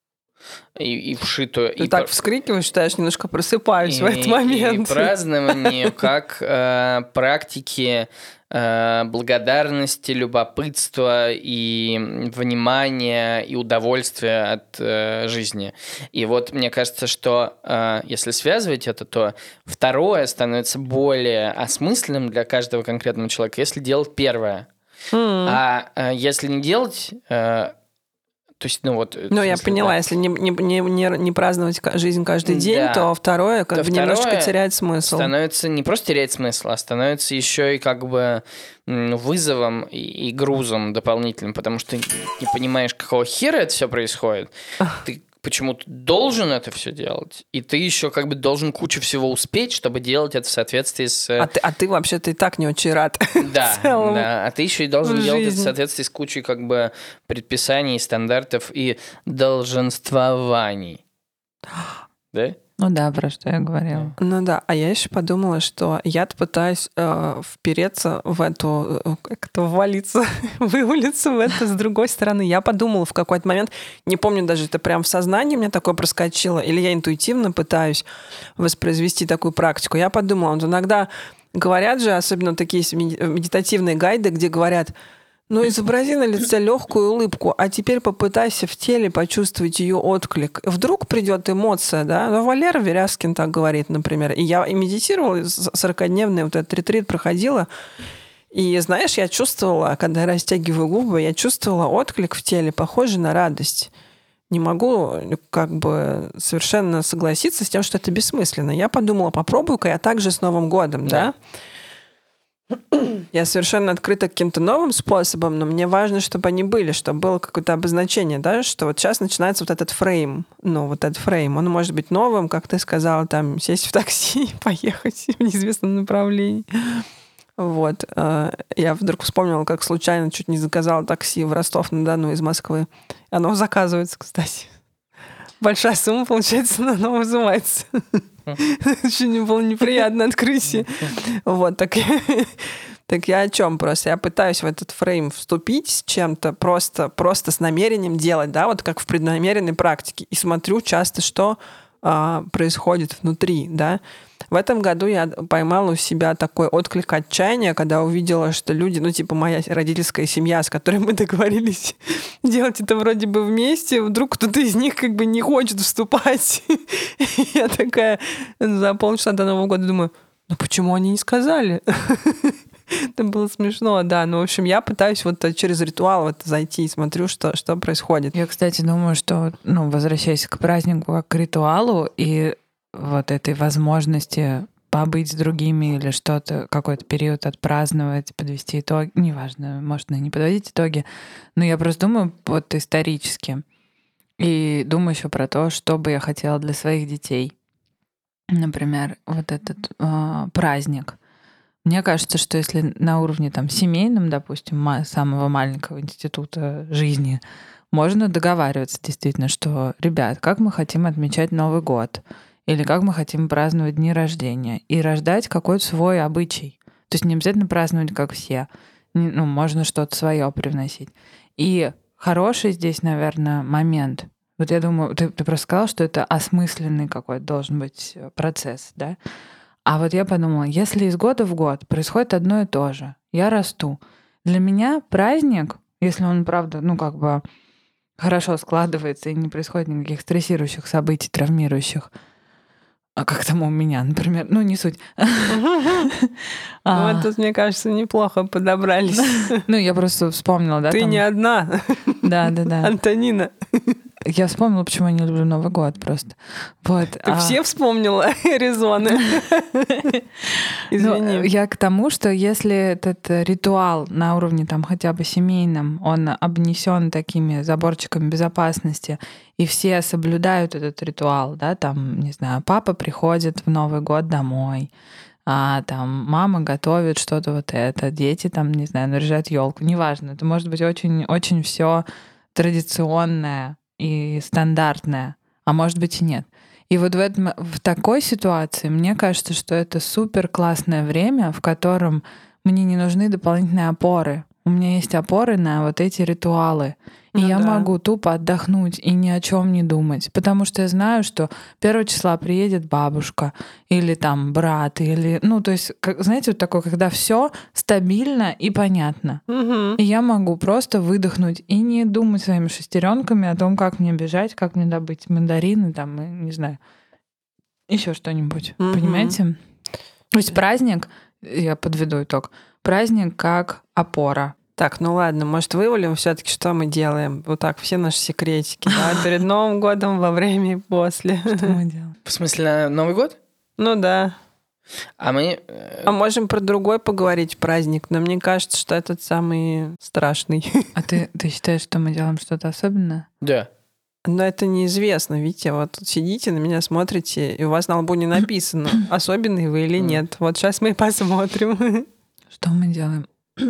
и вшитую... Ты так вскрикиваешь, что я аж немножко просыпаюсь в этот момент. И празднование как практики благодарности, любопытства и внимания и удовольствия от жизни. И вот мне кажется, что если связывать это, то второе становится более осмысленным для каждого конкретного человека, если делать первое. А если не делать... То есть, я поняла, да. Если не праздновать жизнь каждый день, да. То второе как бы немножко теряет смысл. Становится не просто теряет смысл, а становится еще и как бы вызовом и грузом дополнительным, потому что ты не понимаешь, какого хера это все происходит. Ты почему-то должен это все делать, и ты еще как бы должен кучу всего успеть, чтобы делать это в соответствии с... А ты вообще-то и так не очень рад. Да, а ты еще и должен делать это в соответствии с кучей как бы предписаний, стандартов и долженствований. Да? Ну да, про что я говорила. Ну да, а я еще подумала, что я-то пытаюсь впереться в эту, как-то вывалиться в это с другой стороны. Я подумала в какой-то момент, не помню даже, это прям в сознании у меня такое проскочило, или я интуитивно пытаюсь воспроизвести такую практику. Я подумала, иногда говорят же, особенно такие медитативные гайды, где говорят: изобрази на лице легкую улыбку, а теперь попытайся в теле почувствовать ее отклик. Вдруг придет эмоция, да? Валера Веряскин так говорит, например. И я медитировала, 40-дневный вот этот ретрит проходила, и, знаешь, я чувствовала, когда я растягиваю губы, я чувствовала отклик в теле, похожий на радость. Не могу как бы совершенно согласиться с тем, что это бессмысленно. Я подумала, попробую-ка я так же с Новым годом, да? Я совершенно открыта к каким-то новым способам, но мне важно, чтобы они были, чтобы было какое-то обозначение, да, что вот сейчас начинается вот этот фрейм. Он может быть новым, как ты сказала, там, сесть в такси и поехать в неизвестном направлении. Вот. Я вдруг вспомнила, как случайно чуть не заказала такси в Ростов-на-Дону из Москвы. Оно заказывается, кстати. Большая сумма, получается, но оно вызывается. Очень было неприятное открытие. Вот, так я о чем просто? Я пытаюсь в этот фрейм вступить с чем-то, просто с намерением делать, да, вот как в преднамеренной практике. И смотрю часто, что происходит внутри, да. В этом году я поймала у себя такой отклик отчаяния, когда увидела, что люди, моя родительская семья, с которой мы договорились делать это вроде бы вместе, вдруг кто-то из них как бы не хочет вступать. Я такая за полчаса до Нового года думаю, почему они не сказали? Это было смешно, да. В общем, я пытаюсь вот через ритуал зайти и смотрю, что происходит. Я, кстати, думаю, что, возвращаясь к празднику как к ритуалу, и вот этой возможности побыть с другими или что-то, какой-то период отпраздновать, подвести итоги. Неважно, можно и не подводить итоги. Но я просто думаю вот исторически. И думаю еще про то, что бы я хотела для своих детей. Например, вот этот праздник. Мне кажется, что если на уровне там семейном, допустим, самого маленького института жизни, можно договариваться действительно, что, ребят, как мы хотим отмечать Новый год, или как мы хотим праздновать дни рождения, и рождать какой-то свой обычай. То есть не обязательно праздновать, как все. Ну, можно что-то свое привносить. И хороший здесь, наверное, момент. Вот я думаю, ты просто сказал, что это осмысленный какой-то должен быть процесс, да? А вот я подумала, если из года в год происходит одно и то же, я расту. Для меня праздник, если он, правда, ну, как бы хорошо складывается и не происходит никаких стрессирующих событий, травмирующих, как там у меня, например, ну, не суть. Вот тут, мне кажется, неплохо подобрались. Ну, я просто вспомнила, да? Ты не одна. Да. Антонина. Я вспомнила, почему я не люблю Новый год просто. Вот. Ты все вспомнила резоны. Извини. Я к тому, что если этот ритуал на уровне там хотя бы семейном, он обнесен такими заборчиками безопасности, и все соблюдают этот ритуал, да, там, не знаю, папа приходит в Новый год домой, а там мама готовит что-то вот это, дети там, не знаю, наряжают елку, неважно, это может быть очень все традиционное и стандартное, а может быть и нет. И вот в такой ситуации мне кажется, что это супер классное время, в котором мне не нужны дополнительные опоры. У меня есть опоры на вот эти ритуалы. И я могу тупо отдохнуть и ни о чем не думать. Потому что я знаю, что 1 числа приедет бабушка или там брат, или. Ну, то есть, знаете, вот такое, когда все стабильно и понятно. И я могу просто выдохнуть и не думать своими шестеренками о том, как мне бежать, как мне добыть мандарины, там, и, не знаю, еще что-нибудь. Понимаете? То есть праздник, я подведу итог, праздник как опора. Так, ну ладно, может, вывалим все-таки, что мы делаем? Вот так, все наши секретики, да, перед Новым годом, во время и после. Что мы делаем? В смысле, на Новый год? Ну да. А мы... А можем про другой поговорить праздник, но мне кажется, что этот самый страшный. А ты считаешь, что мы делаем что-то особенное? Да. Но это неизвестно, Витя. Вот тут сидите, на меня смотрите, и у вас на лбу не написано, особенный вы или нет. Вот сейчас мы и посмотрим. Что мы делаем?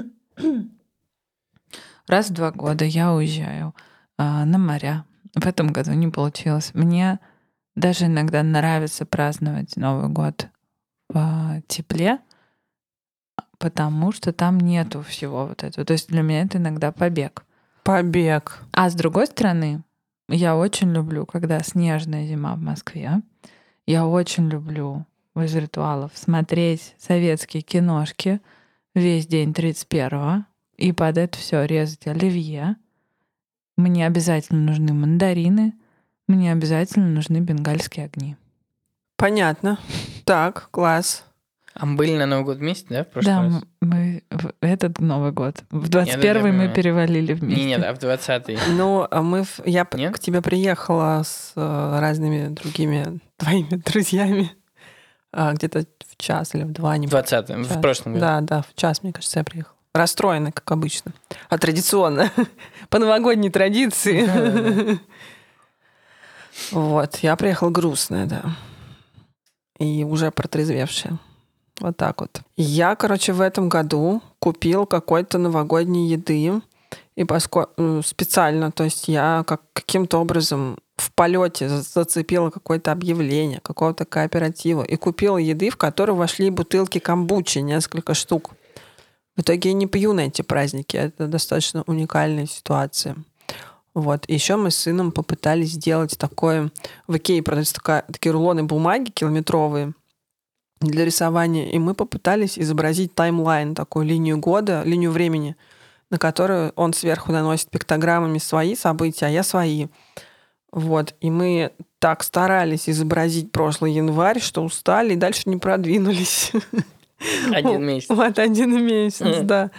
Раз в 2 года я уезжаю на моря. В этом году не получилось. Мне даже иногда нравится праздновать Новый год в тепле, потому что там нету всего вот этого. То есть для меня это иногда побег. Побег. А с другой стороны, я очень люблю, когда снежная зима в Москве. Я очень люблю из ритуалов смотреть советские киношки весь день 31-го. И под это все резать оливье. Мне обязательно нужны мандарины. Мне обязательно нужны бенгальские огни. Понятно. Так, класс. А мы были на Новый год вместе, да, в прошлый Да, раз? мы в этот Новый год. В 21-й мы перевалили вместе. Нет, а в 20-й. Ну, я Нет? к тебе приехала с разными другими твоими друзьями. Где-то в час или в 2. В 20-м, в прошлом году. Да, в час, мне кажется, я приехала. Расстроена, как обычно. А традиционно. По новогодней традиции. Вот, я приехала грустная, да. И уже протрезвевшая. Вот так вот. Я, в этом году купил какой-то новогодней еды. И специально, то есть я каким-то образом в полете зацепила какое-то объявление какого-то кооператива и купила еды, в которую вошли бутылки камбучи, несколько штук. В итоге я не пью на эти праздники. Это достаточно уникальная ситуация. Вот. И еще мы с сыном попытались сделать такое... В Икее продаются такие рулоны бумаги километровые для рисования. И мы попытались изобразить таймлайн, такую линию года, линию времени, на которую он сверху наносит пиктограммами свои события, а я свои. Вот. И мы так старались изобразить прошлый январь, что устали и дальше не продвинулись. 1 месяц. Вот 1 месяц, да.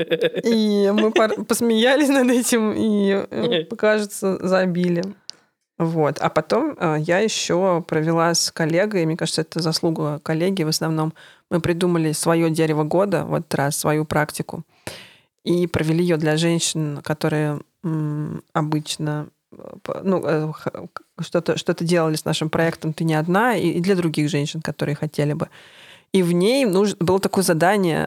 И мы посмеялись над этим и, кажется, забили. Вот. А потом я еще провела с коллегой, мне кажется, это заслуга коллеги в основном. Мы придумали свое дерево года, в этот раз свою практику, и провели ее для женщин, которые обычно что-то делали с нашим проектом «Ты не одна», и для других женщин, которые хотели бы. И в ней было такое задание.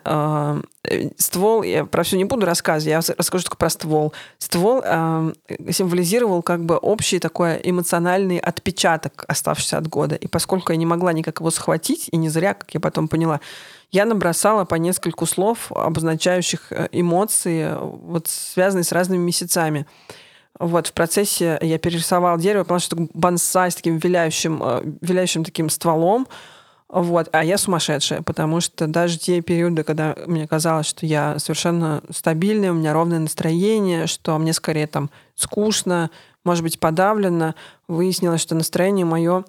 Ствол, я про все не буду рассказывать, я расскажу только про ствол. Ствол символизировал как бы общий такой эмоциональный отпечаток, оставшийся от года. И поскольку я не могла никак его схватить, и не зря, как я потом поняла, я набросала по нескольку слов, обозначающих эмоции, вот, связанные с разными месяцами. Вот, в процессе я перерисовала дерево, потому что бонсай с таким виляющим таким стволом. Вот. А я сумасшедшая, потому что даже те периоды, когда мне казалось, что я совершенно стабильная, у меня ровное настроение, что мне скорее там скучно, может быть, подавлено, выяснилось, что настроение мое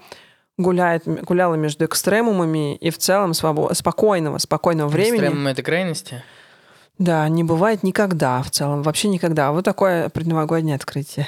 гуляло между экстремумами и в целом спокойного времени. Экстремумы — это крайности? Да, не бывает никогда в целом, вообще никогда. Вот такое предновогоднее открытие.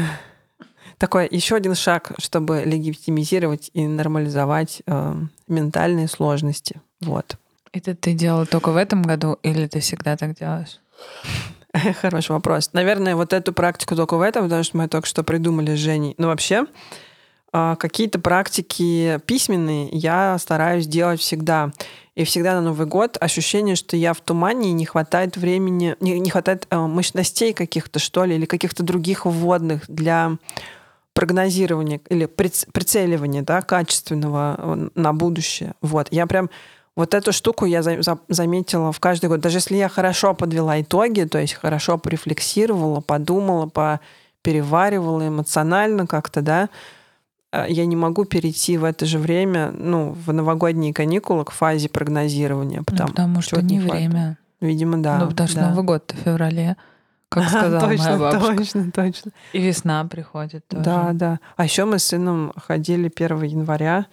Такой еще один шаг, чтобы легитимизировать и нормализовать ментальные сложности. Вот. Это ты делала только в этом году или ты всегда так делаешь? Хороший вопрос. Наверное, вот эту практику только в этом, потому что мы только что придумали с Женей. Но вообще какие-то практики письменные я стараюсь делать всегда. И всегда на Новый год ощущение, что я в тумане, и не хватает времени, не хватает мощностей каких-то, что ли, или каких-то других вводных для прогнозирования или прицеливания, да, качественного на будущее. Вот. Я прям вот эту штуку я заметила в каждый год. Даже если я хорошо подвела итоги, то есть хорошо порефлексировала, подумала, переваривала эмоционально как-то, да, я не могу перейти в это же время, в новогодние каникулы к фазе прогнозирования. Потому что не время. Видимо, да. Потому что Новый год в феврале, как сказала моя бабушка. Точно. И весна приходит тоже. Да. А еще мы с сыном ходили 1 января.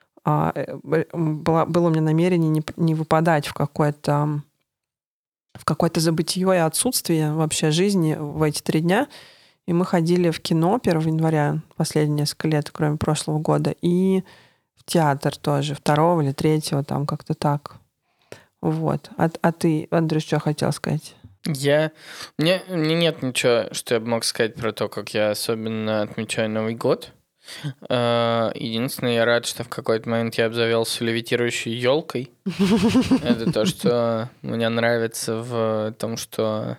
Было у меня намерение не выпадать в какое-то забытье и отсутствие вообще жизни в эти 3 дня. И мы ходили в кино 1 января, последние несколько лет, кроме прошлого года, и в театр тоже, 2 или 3, там как-то так. Вот. А ты, Андрюш, что хотел сказать? Мне нет ничего, что я бы мог сказать про то, как я особенно отмечаю Новый год. Единственное, я рад, что в какой-то момент я обзавелся левитирующей елкой. Это то, что мне нравится в том, что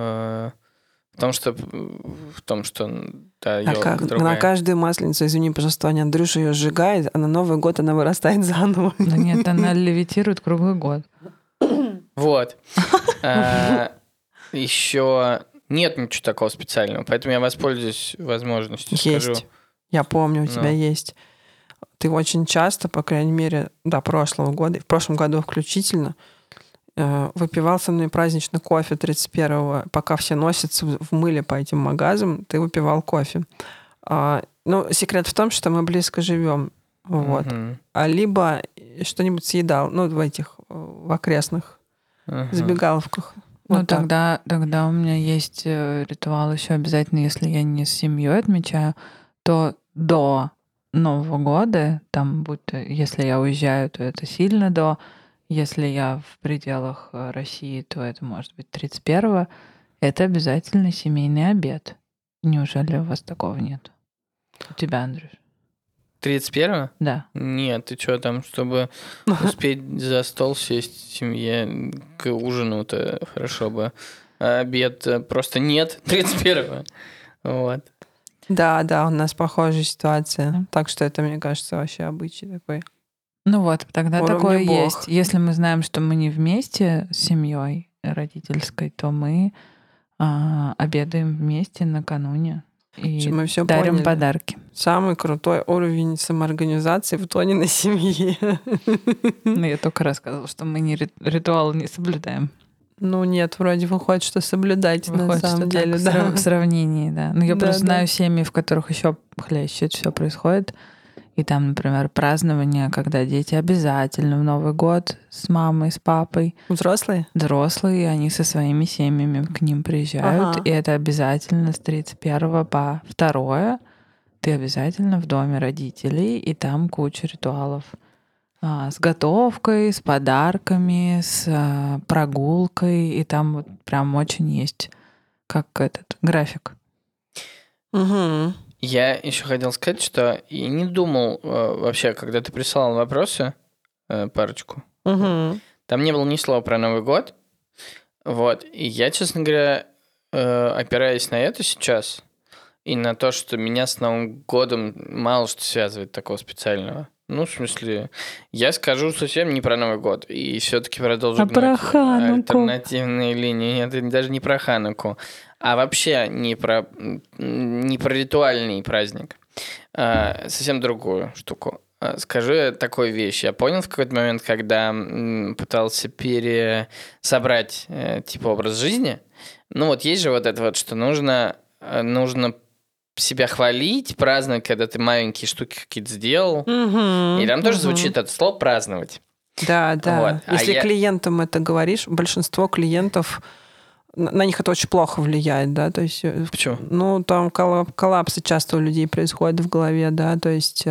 да, елка другая. На каждую масленицу, извини, пожалуйста, Андрюша ее сжигает, а на Новый год она вырастает заново. Да нет, она левитирует круглый год. Вот. Еще нет ничего такого специального, поэтому я воспользуюсь возможностью. Есть. Скажу. Я помню, у тебя есть. Ты очень часто, по крайней мере, до прошлого года, в прошлом году включительно, выпивал со мной праздничный кофе 31-го, пока все носятся в мыле по этим магазам, ты выпивал кофе. Секрет в том, что мы близко живем. Вот. Либо что-нибудь съедал, в окрестных забегаловках. Вот тогда у меня есть ритуал еще обязательно, если я не с семьей отмечаю, то до Нового года, если я уезжаю, то это сильно до. Если я в пределах России, то это может быть 31-го. Это обязательно семейный обед. Неужели у вас такого нет? У тебя, Андрюш? 31-го? Да. Нет, ты что там, чтобы успеть за стол сесть в семье к ужину-то хорошо бы. А обед просто нет 31-го. Вот. Да, у нас похожая ситуация. Так что это, мне кажется, вообще обычай такой. Тогда такое есть. Если мы знаем, что мы не вместе с семьей родительской, то мы обедаем вместе накануне и мы все дарим поняли. Подарки. Самый крутой уровень самоорганизации в Тониной семье. Я только рассказывала, что мы ритуалы не соблюдаем. Нет, вроде выходит, что соблюдать на самом деле. В сравнении, да. Я просто знаю семьи, в которых еще хлеще все происходит. И там, например, празднование, когда дети обязательно в Новый год с мамой, с папой. Взрослые? Взрослые, они со своими семьями к ним приезжают. И это обязательно с 31 по 2 ты обязательно в доме родителей, и там куча ритуалов. С готовкой, с подарками, с прогулкой, и там вот прям очень есть как этот график. Угу. Я еще хотел сказать, что я не думал вообще, когда ты присылал вопросы, парочку, Угу. там не было ни слова про Новый год. Вот. И я, честно говоря, опираясь на это сейчас, и на то, что меня с Новым годом мало что связывает такого специального. Ну, в смысле, я скажу совсем не про Новый год. И все-таки продолжу про Хануку? Альтернативные линии. Нет, это даже не про Хануку. А вообще не про ритуальный праздник. Совсем другую штуку. Скажу я такую вещь. Я понял в какой-то момент, когда пытался пересобрать типа образ жизни. Ну, вот есть же вот это вот, что нужно себя хвалить, праздновать, когда ты маленькие штуки какие-то сделал. И там тоже звучит это слово «праздновать». Да. Вот. Если клиентам это говоришь, большинство клиентов, на них это очень плохо влияет, да, то есть... Почему? Ну, там коллапсы часто у людей происходят в голове, да, то есть...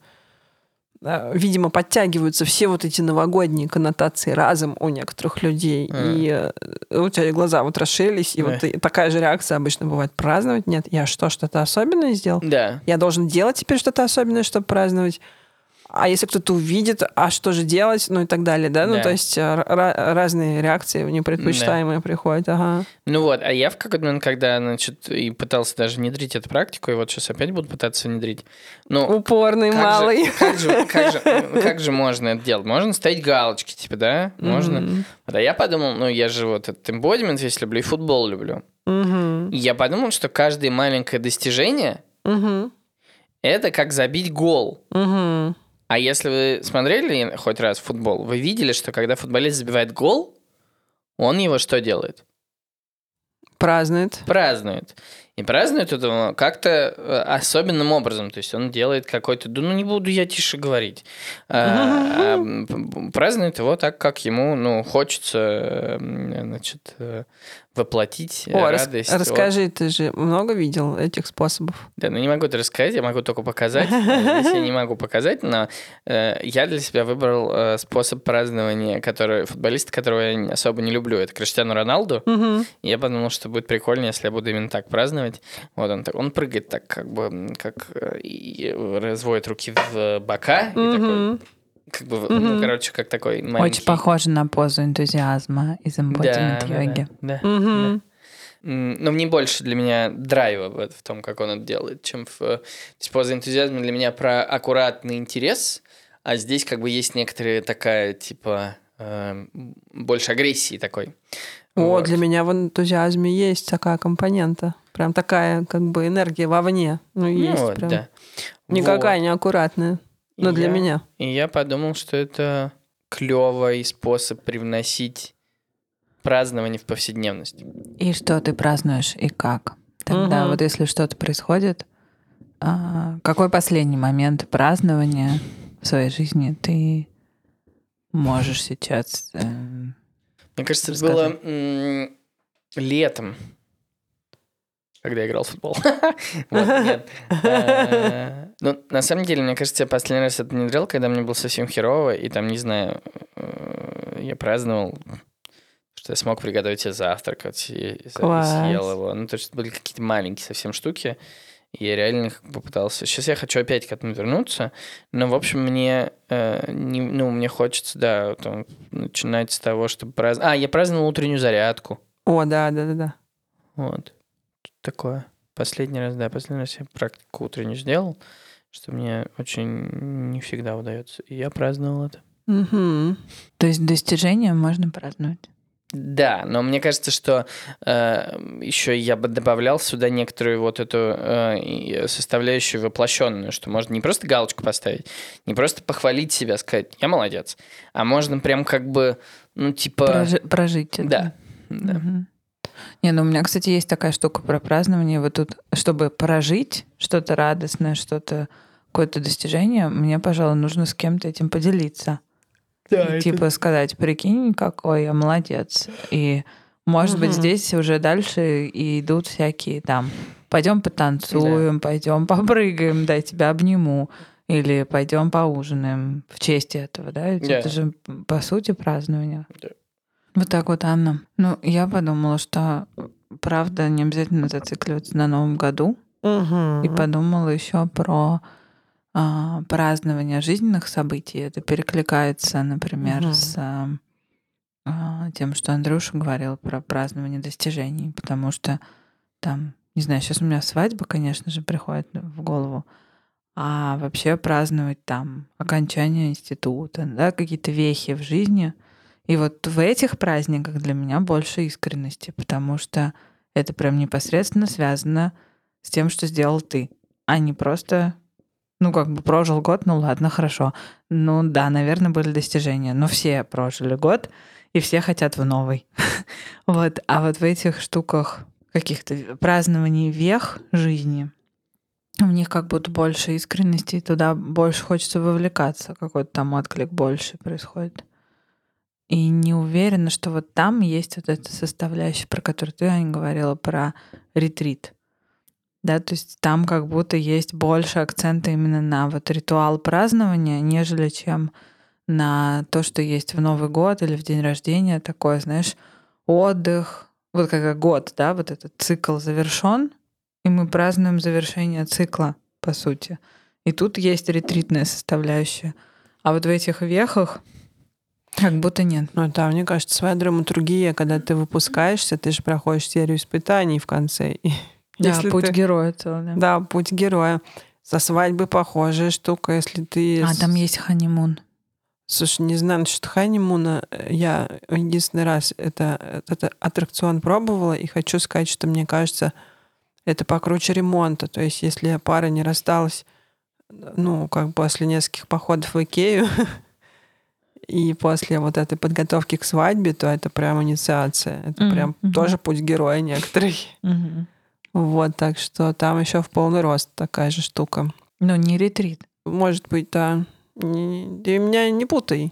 Видимо, подтягиваются все вот эти новогодние коннотации разом у некоторых людей. И у тебя глаза вот расширились, и вот такая же реакция обычно бывает. Праздновать? Нет. Я что-то особенное сделал? Да. Я должен делать теперь что-то особенное, чтобы праздновать? А если кто-то увидит, а что же делать? Ну и так далее, да? Ну, то есть разные реакции непредпочитаемые приходят. Ага. Ну вот, а я в какой-то момент, когда, значит, и пытался даже внедрить эту практику, и вот сейчас опять буду пытаться внедрить. Ну, упорный малый. Как же можно это делать? Можно ставить галочки, типа, да? Можно. А я подумал, ну, я же вот этот эмбодимент весь люблю, и футбол люблю. И я подумал, что каждое маленькое достижение это как забить гол. А если вы смотрели хоть раз футбол, вы видели, что когда футболист забивает гол, он его что делает? Празднует. И празднует это как-то особенным образом. То есть он делает какой-то... Ну, не буду я тише говорить. Празднует его так, как ему хочется, значит, воплотить радость. Расскажи, ты же много видел этих способов? Да, не могу это рассказать, я могу только показать. Здесь я не могу показать, но я для себя выбрал способ празднования, футболиста, которого я особо не люблю. Это Криштиану Роналду. И я подумал, что будет прикольно, если я буду именно так праздновать. Вот он прыгает так, и разводит руки в бока, и такой... как такой маленький... Очень похоже на позу энтузиазма из эмбодимент-йоги. Да. Но мне больше для меня драйва в том, как он это делает, чем То есть поза энтузиазма для меня про аккуратный интерес, а здесь есть некоторая такая, типа, больше агрессии такой. Для меня в энтузиазме есть такая компонента. Прям такая, энергия вовне. Есть прям. Да. Никакая не аккуратная. Но для меня. И я подумал, что это клевый способ привносить празднование в повседневность. И что ты празднуешь, и как? Тогда вот если что-то происходит, какой последний момент празднования в своей жизни ты можешь сейчас... Мне кажется, это было летом, когда я играл в футбол. Нет. Ну, на самом деле, мне кажется, я последний раз это внедрял, когда мне было совсем херово, и там, не знаю, я праздновал, что я смог приготовить себе завтрак, и съел его. Ну, то есть были какие-то маленькие совсем штуки, и я реально попытался... Сейчас я хочу опять к этому вернуться, но, в общем, мне хочется, да, начинать с того, чтобы праздновать... я праздновал утреннюю зарядку. Да. Вот. Такое. Последний раз я практику утреннюю сделал, что мне очень не всегда удается. И я праздновал это. То есть достижения можно праздновать? Да, но мне кажется, что еще я бы добавлял сюда некоторую вот эту составляющую воплощенную, что можно не просто галочку поставить, не просто похвалить себя, сказать «я молодец», а можно прям прожить это. Да. Не, у меня, кстати, есть такая штука про празднование. Вот тут, чтобы прожить что-то радостное, какое-то достижение, мне, пожалуй, нужно с кем-то этим поделиться. Да, и сказать, прикинь, какой я молодец. И, может быть, здесь уже дальше и идут всякие там пойдем потанцуем, пойдем попрыгаем, да, я тебя обниму. Или пойдем поужинаем в честь этого, да? Ведь это же, по сути, празднование. Вот так вот, Анна. Ну, я подумала, что, правда, не обязательно зацикливаться на Новом году. И подумала еще про празднование жизненных событий. Это перекликается, например, с тем, что Андрюша говорил про празднование достижений. Потому что там, не знаю, сейчас у меня свадьба, конечно же, приходит в голову. А вообще праздновать там окончание института, да, какие-то вехи в жизни. И вот в этих праздниках для меня больше искренности, потому что это прям непосредственно связано с тем, что сделал ты, а не просто, ну, как бы прожил год, ну ладно, хорошо. Ну да, наверное, были достижения, но все прожили год, и все хотят в новый. Вот. А вот в этих штуках каких-то празднований вех жизни в них как будто больше искренности, и туда больше хочется вовлекаться, какой-то там отклик больше происходит. И не уверена, что вот там есть вот эта составляющая, про которую ты, Аня, говорила, про ретрит. Да, то есть там как будто есть больше акцента именно на вот ритуал празднования, нежели чем на то, что есть в Новый год или в день рождения, такой, знаешь, отдых, вот как год, да, вот этот цикл завершен, и мы празднуем завершение цикла, по сути. И тут есть ретритная составляющая. А вот в этих вехах как будто нет. Ну, да, мне кажется, своя драматургия, когда ты выпускаешься, ты же проходишь серию испытаний в конце. И да, путь героя целый. Да, путь героя. Со свадьбы похожая штука, если ты... там есть ханимун. Слушай, не знаю насчет ханимуна. Я единственный раз этот аттракцион пробовала, и хочу сказать, что мне кажется, это покруче ремонта. То есть, если пара не рассталась, ну, как после нескольких походов в Икею, и после вот этой подготовки к свадьбе, то это прям инициация. Это прям тоже путь героя некоторый. Вот, так что там еще в полный рост такая же штука. Но не ретрит. Может быть, да. Ты меня не путай.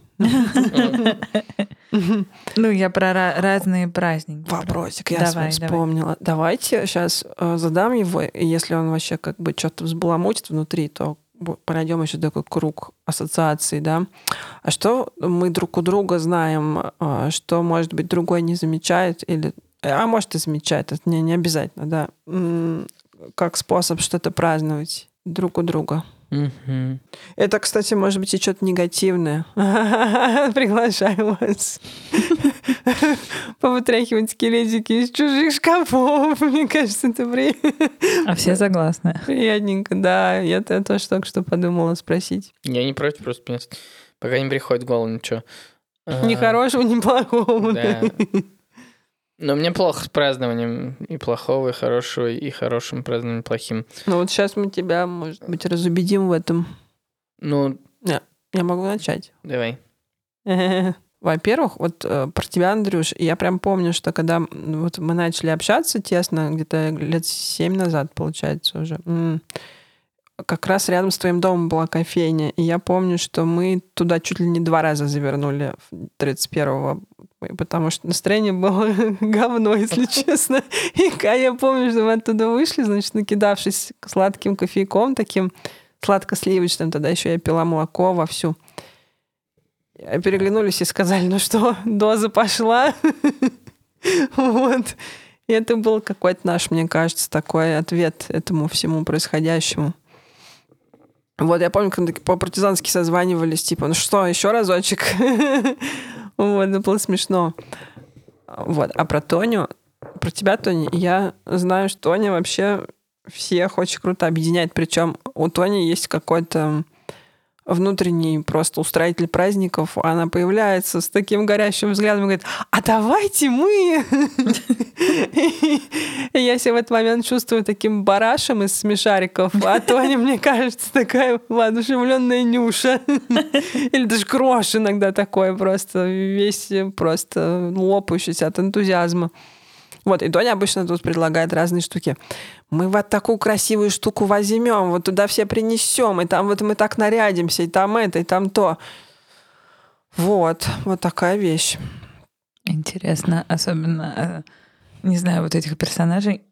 Ну, я про разные праздники. Вопросик я вспомнила. Давайте сейчас задам его, и если он вообще как бы что-то взбаламутит внутри, то пройдем еще такой круг ассоциаций, да. А что мы друг у друга знаем, что, может быть, другой не замечает, или может и замечает, это не обязательно, да. Как способ что-то праздновать друг у друга. Это, кстати, может быть и что-то негативное. Приглашаю вас повытряхивать скелетики из чужих шкафов. Мне кажется, это А все согласны? Приятненько, да. Я тоже только что подумала спросить. Я не против, просто пока не приходит в голову ничего. Ни хорошего, ни плохого. Да. Но мне плохо с празднованием и плохого, и хорошего, и хорошим празднованием, и плохим. Ну вот сейчас мы тебя, может быть, разубедим в этом. Ну... Я могу начать. Давай. Во-первых, вот про тебя, Андрюш, я прям помню, что когда вот мы начали общаться тесно, где-то лет 7 назад, получается, уже, как раз рядом с твоим домом была кофейня, и я помню, что мы туда чуть ли не 2 раза завернули 31-го, потому что настроение было говно, если честно. И я помню, что мы оттуда вышли, значит, накидавшись сладким кофейком таким, сладко-сливочным, тогда еще я пила молоко вовсю. Переглянулись и сказали, ну что, доза пошла. Вот. И это был какой-то наш, мне кажется, такой ответ этому всему происходящему. Вот, я помню, когда по-партизански созванивались, типа, ну что, еще разочек? Вот, это было смешно. Вот, а про Тоню, про тебя, Тоня, я знаю, что Тоня вообще всех очень круто объединяет, причем у Тони есть какой-то внутренний просто устроитель праздников, она появляется с таким горящим взглядом и говорит, а давайте мы! И я себя в этот момент чувствую таким барашем из смешариков, а Тоня, мне кажется, такая воодушевленная Нюша. Или даже Крош иногда такой просто, весь просто лопающийся от энтузиазма. Вот, и Тоня обычно тут предлагает разные штуки. Мы вот такую красивую штуку возьмем, вот туда все принесем, и там вот мы так нарядимся, и там это, и там то. Вот такая вещь. Интересно, особенно, не знаю, вот этих персонажей.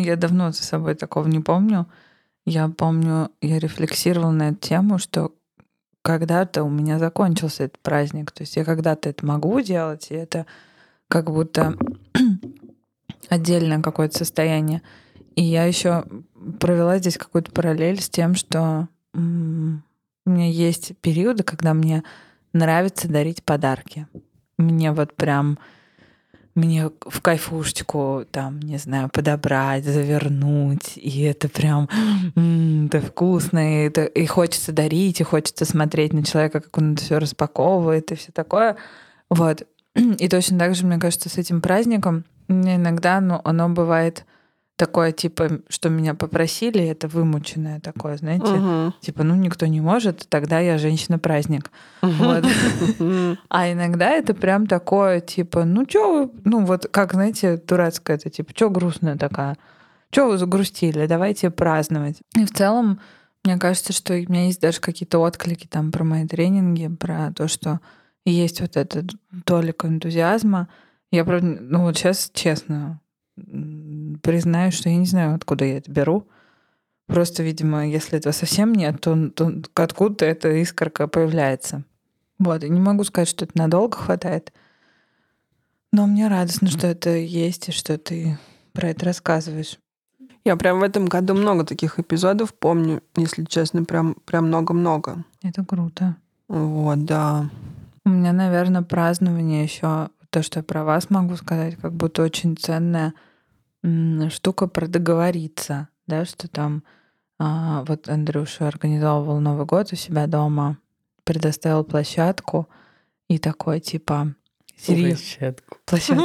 я давно за собой такого не помню. Я помню, я рефлексировала на эту тему, что когда-то у меня закончился этот праздник. То есть я когда-то это могу делать, и это как будто отдельное какое-то состояние. И я еще провела здесь какую-то параллель с тем, что у меня есть периоды, когда мне нравится дарить подарки. Мне вот прям... Мне в кайфушечку, там, не знаю, подобрать, завернуть, и это прям это вкусно, и хочется дарить, и хочется смотреть на человека, как он это все распаковывает, и все такое. Вот. И точно так же, мне кажется, с этим праздником мне иногда оно бывает такое, типа, что меня попросили, это вымученное такое, знаете, типа, никто не может, тогда я женщина-праздник. Вот. А иногда это прям такое, типа, чё вы, вот как, знаете, дурацкое это, типа, чё грустная такая? Чё вы загрустили? Давайте праздновать. И в целом, мне кажется, что у меня есть даже какие-то отклики там про мои тренинги, про то, что есть вот этот толик энтузиазма. Я, правда, вот сейчас, честно, признаю, что я не знаю, откуда я это беру. Просто, видимо, если этого совсем нет, то откуда-то эта искорка появляется. Вот, и не могу сказать, что это надолго хватает. Но мне радостно, что это есть, и что ты про это рассказываешь. Я прям в этом году много таких эпизодов помню, если честно, прям много-много. Это круто. Вот, да. У меня, наверное, празднование еще, то, что я про вас могу сказать, как будто очень ценная штука про договориться, да, что там вот Андрюша организовывал Новый год у себя дома, предоставил площадку и такой, типа... Площадку.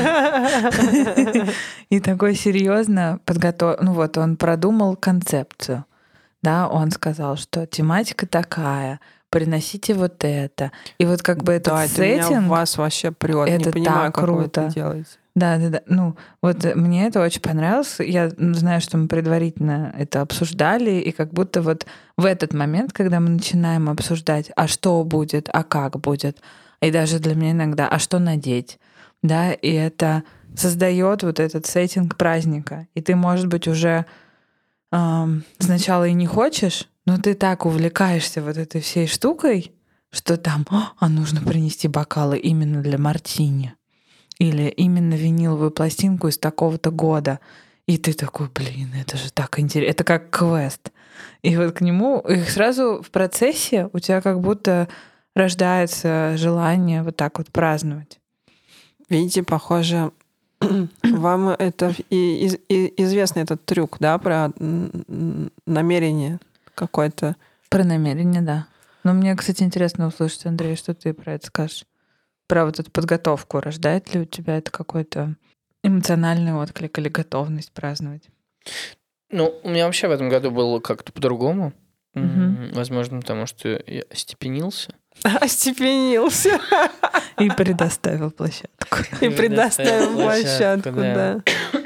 И такой серьезно он продумал концепцию. Да, он сказал, что тематика такая, приносите вот это. И вот как бы этот сеттинг... Да, это вас вообще прёт. Это не понимаю, так как вы круто. это делаете. Да. Вот мне это очень понравилось. Я знаю, что мы предварительно это обсуждали, и как будто вот в этот момент, когда мы начинаем обсуждать, а что будет, а как будет, и даже для меня иногда, а что надеть, да, и это создает вот этот сеттинг праздника. И ты, может быть, уже сначала и не хочешь, но ты так увлекаешься вот этой всей штукой, что там, нужно принести бокалы именно для мартини. Или именно виниловую пластинку из такого-то года. И ты такой, это же так интересно. Это как квест. И вот к нему, и сразу в процессе у тебя как будто рождается желание вот так вот праздновать. Видите, похоже, вам это известный этот трюк, да, про намерение какое-то. Про намерение, да. Но мне, кстати, интересно услышать, Андрей, что ты про это скажешь. Про вот эту подготовку. Рождает ли у тебя это какой-то эмоциональный отклик или готовность праздновать? У меня вообще в этом году было как-то по-другому. Возможно, потому что я остепенился. Остепенился. И предоставил площадку. И предоставил площадку, да.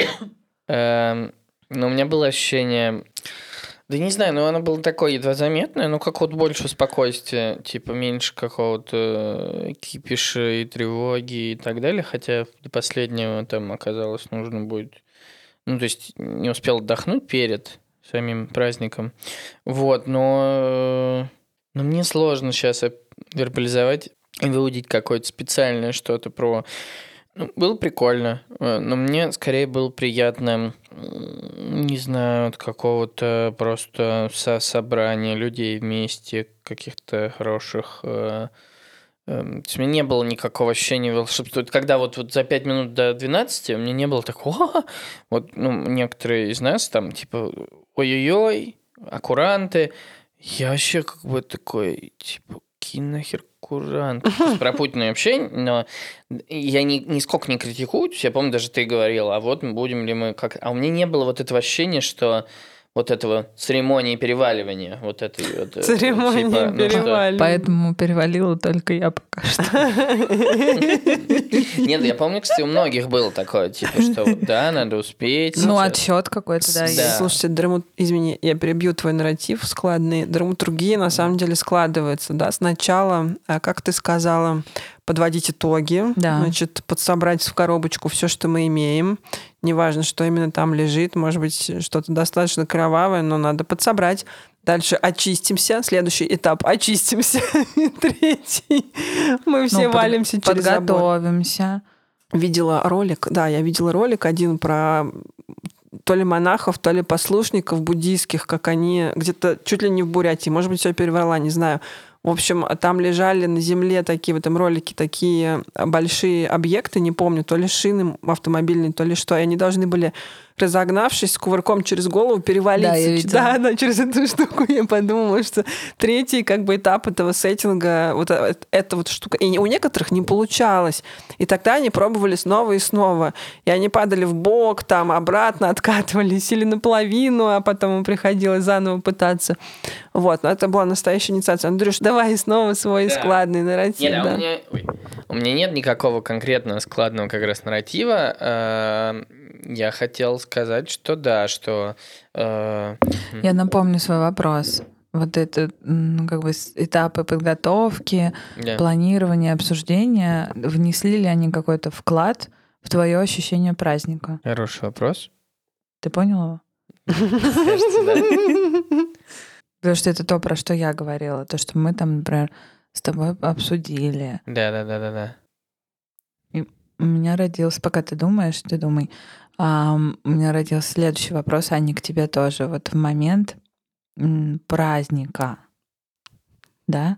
Но у меня было ощущение... Да не знаю, оно было такое едва заметное, как вот больше спокойствия, типа меньше какого-то кипиша и тревоги и так далее, хотя до последнего там оказалось нужно будет... то есть не успел отдохнуть перед самим праздником. Вот, но мне сложно сейчас вербализовать и выудить какое-то специальное что-то про... было прикольно, но мне скорее было приятно, не знаю, от какого-то просто собрания людей вместе, каких-то хороших... То есть у меня не было никакого ощущения волшебства. Когда вот за 5 минут до 12 у меня не было такого... Вот, некоторые из нас там, типа, ой-ой-ой, аккуранты. Я вообще как бы такой, типа, нахер курант. Про Путина вообще, но я нисколько не критикую. Я помню, даже ты говорил, а вот будем ли мы как... А у меня не было вот этого ощущения, что вот этого церемонии переваливания. Вот этой вот... Церемонии переваливания. Поэтому перевалила только я пока что. Нет, я помню, кстати, у многих было такое, типа, что да, надо успеть. Отсчет какой-то, да. Слушайте, извини, я перебью твой нарратив складный. Драматургия на самом деле складывается, да. Сначала, как ты сказала, подводить итоги, Да. значит, подсобрать в коробочку все, что мы имеем. Неважно, что именно там лежит, может быть, что-то достаточно кровавое, но надо подсобрать. Дальше очистимся. Следующий этап — очистимся. Третий. Мы все валимся через забор. Подготовимся. Видела ролик, я видела ролик один про то ли монахов, то ли послушников буддийских, как они где-то чуть ли не в Бурятии, может быть, все переврала, не знаю. В общем, там лежали на земле такие, в этом ролике, такие большие объекты, не помню, то ли шины автомобильные, то ли что, и они должны были, разогнавшись, с кувырком через голову перевалиться. Да, я видела. Через эту штуку. Я подумала, что третий этап этого сеттинга, вот эта вот штука. И у некоторых не получалось. И тогда они пробовали снова и снова. И они падали в бок, там обратно откатывались или наполовину, а потом им приходилось заново пытаться. Вот. Но это была настоящая инициация. Андрюш, давай снова свой складный нарратив. Нет, у меня нет никакого конкретного складного как раз нарратива. Я хотел сказать, что что... Я напомню свой вопрос. Вот это этапы подготовки, планирования, обсуждения, внесли ли они какой-то вклад в твое ощущение праздника? Хороший вопрос. Ты понял его? Кажется, да. Потому что это то, про что я говорила. То, что мы там, например, с тобой обсудили. Да. И у меня родился, пока ты думаешь, ты думай, у меня родился следующий вопрос, Аня, к тебе тоже. Вот в момент праздника, да,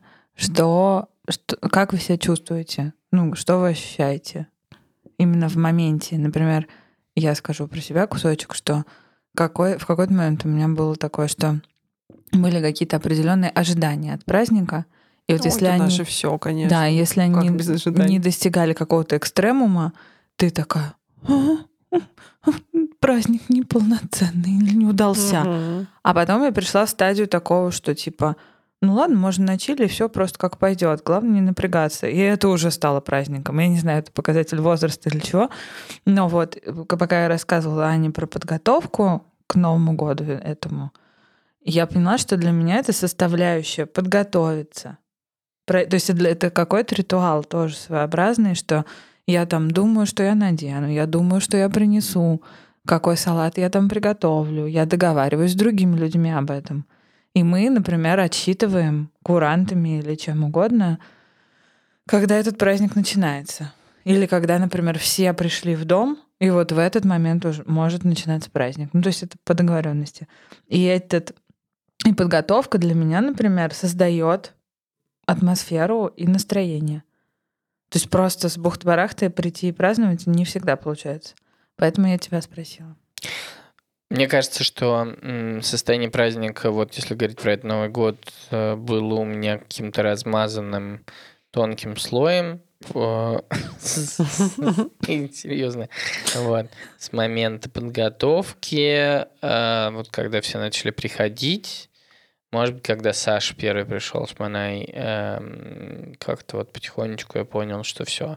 как вы себя чувствуете? Что вы ощущаете? Именно в моменте. Например, я скажу про себя кусочек, что в какой-то момент у меня было такое, что были какие-то определенные ожидания от праздника. И вот если они... наше все, конечно. Да, если они не достигали какого-то экстремума, ты такая... Праздник неполноценный или не удался. А потом я пришла в стадию такого, что типа, ладно, можно на чили, все просто как пойдет. Главное не напрягаться. И это уже стало праздником. Я не знаю, это показатель возраста или чего. Но вот, пока я рассказывала Ане про подготовку к Новому году этому, я поняла, что для меня это составляющая подготовиться. То есть это какой-то ритуал тоже своеобразный, что я там думаю, что я надену, я думаю, что я принесу, какой салат я там приготовлю, я договариваюсь с другими людьми об этом. И мы, например, отсчитываем курантами или чем угодно, когда этот праздник начинается. Или когда, например, все пришли в дом, и вот в этот момент уже может начинаться праздник. То есть это по договоренности. И подготовка для меня, например, создает атмосферу и настроение. То есть просто с бухты-барахты прийти и праздновать не всегда получается. Поэтому я тебя спросила. Мне кажется, что состояние праздника, вот если говорить про этот Новый год, было у меня каким-то размазанным тонким слоем. Серьезно. Вот. С момента подготовки, вот когда все начали приходить, может быть, когда Саша первый пришел с Манай, как-то вот потихонечку я понял, что все.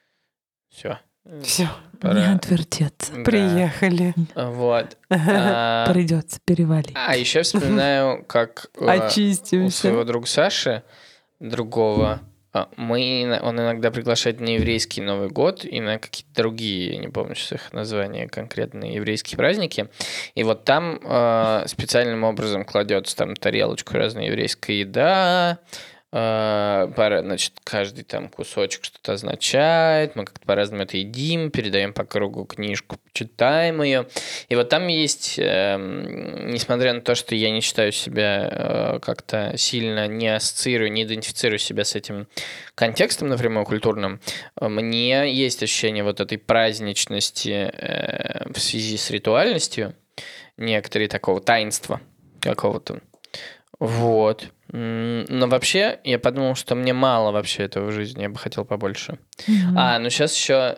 Пора. Не отвертеться. Да. Приехали. Вот. Придется перевалить. А еще вспоминаю, как у своего друга Саши, другого, он иногда приглашает на еврейский Новый год и на какие-то другие, я не помню сейчас их названия, конкретные еврейские праздники. И вот там специальным образом кладется там тарелочку разная еврейская еда, значит, каждый там кусочек что-то означает, мы как-то по-разному это едим, передаем по кругу книжку, читаем ее. И вот там есть, несмотря на то, что я не считаю себя как-то сильно, не ассоциирую, не идентифицирую себя с этим контекстом напрямую культурным, мне есть ощущение вот этой праздничности в связи с ритуальностью, некоторые такого таинства какого-то. Вот. Но вообще, я подумал, что мне мало вообще этого в жизни, я бы хотел побольше. Ну сейчас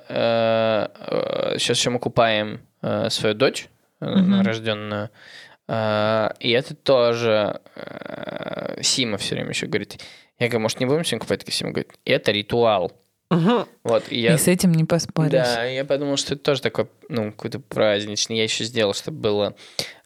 еще мы купаем свою дочь рожденную, и это тоже Сима все время еще говорит. Я говорю, может, не будем сегодня купать? Сима говорит, это ритуал. Вот, и с этим не поспоришь. Да, я подумал, что это тоже такой, какой-то праздничный. Я еще сделал, чтобы было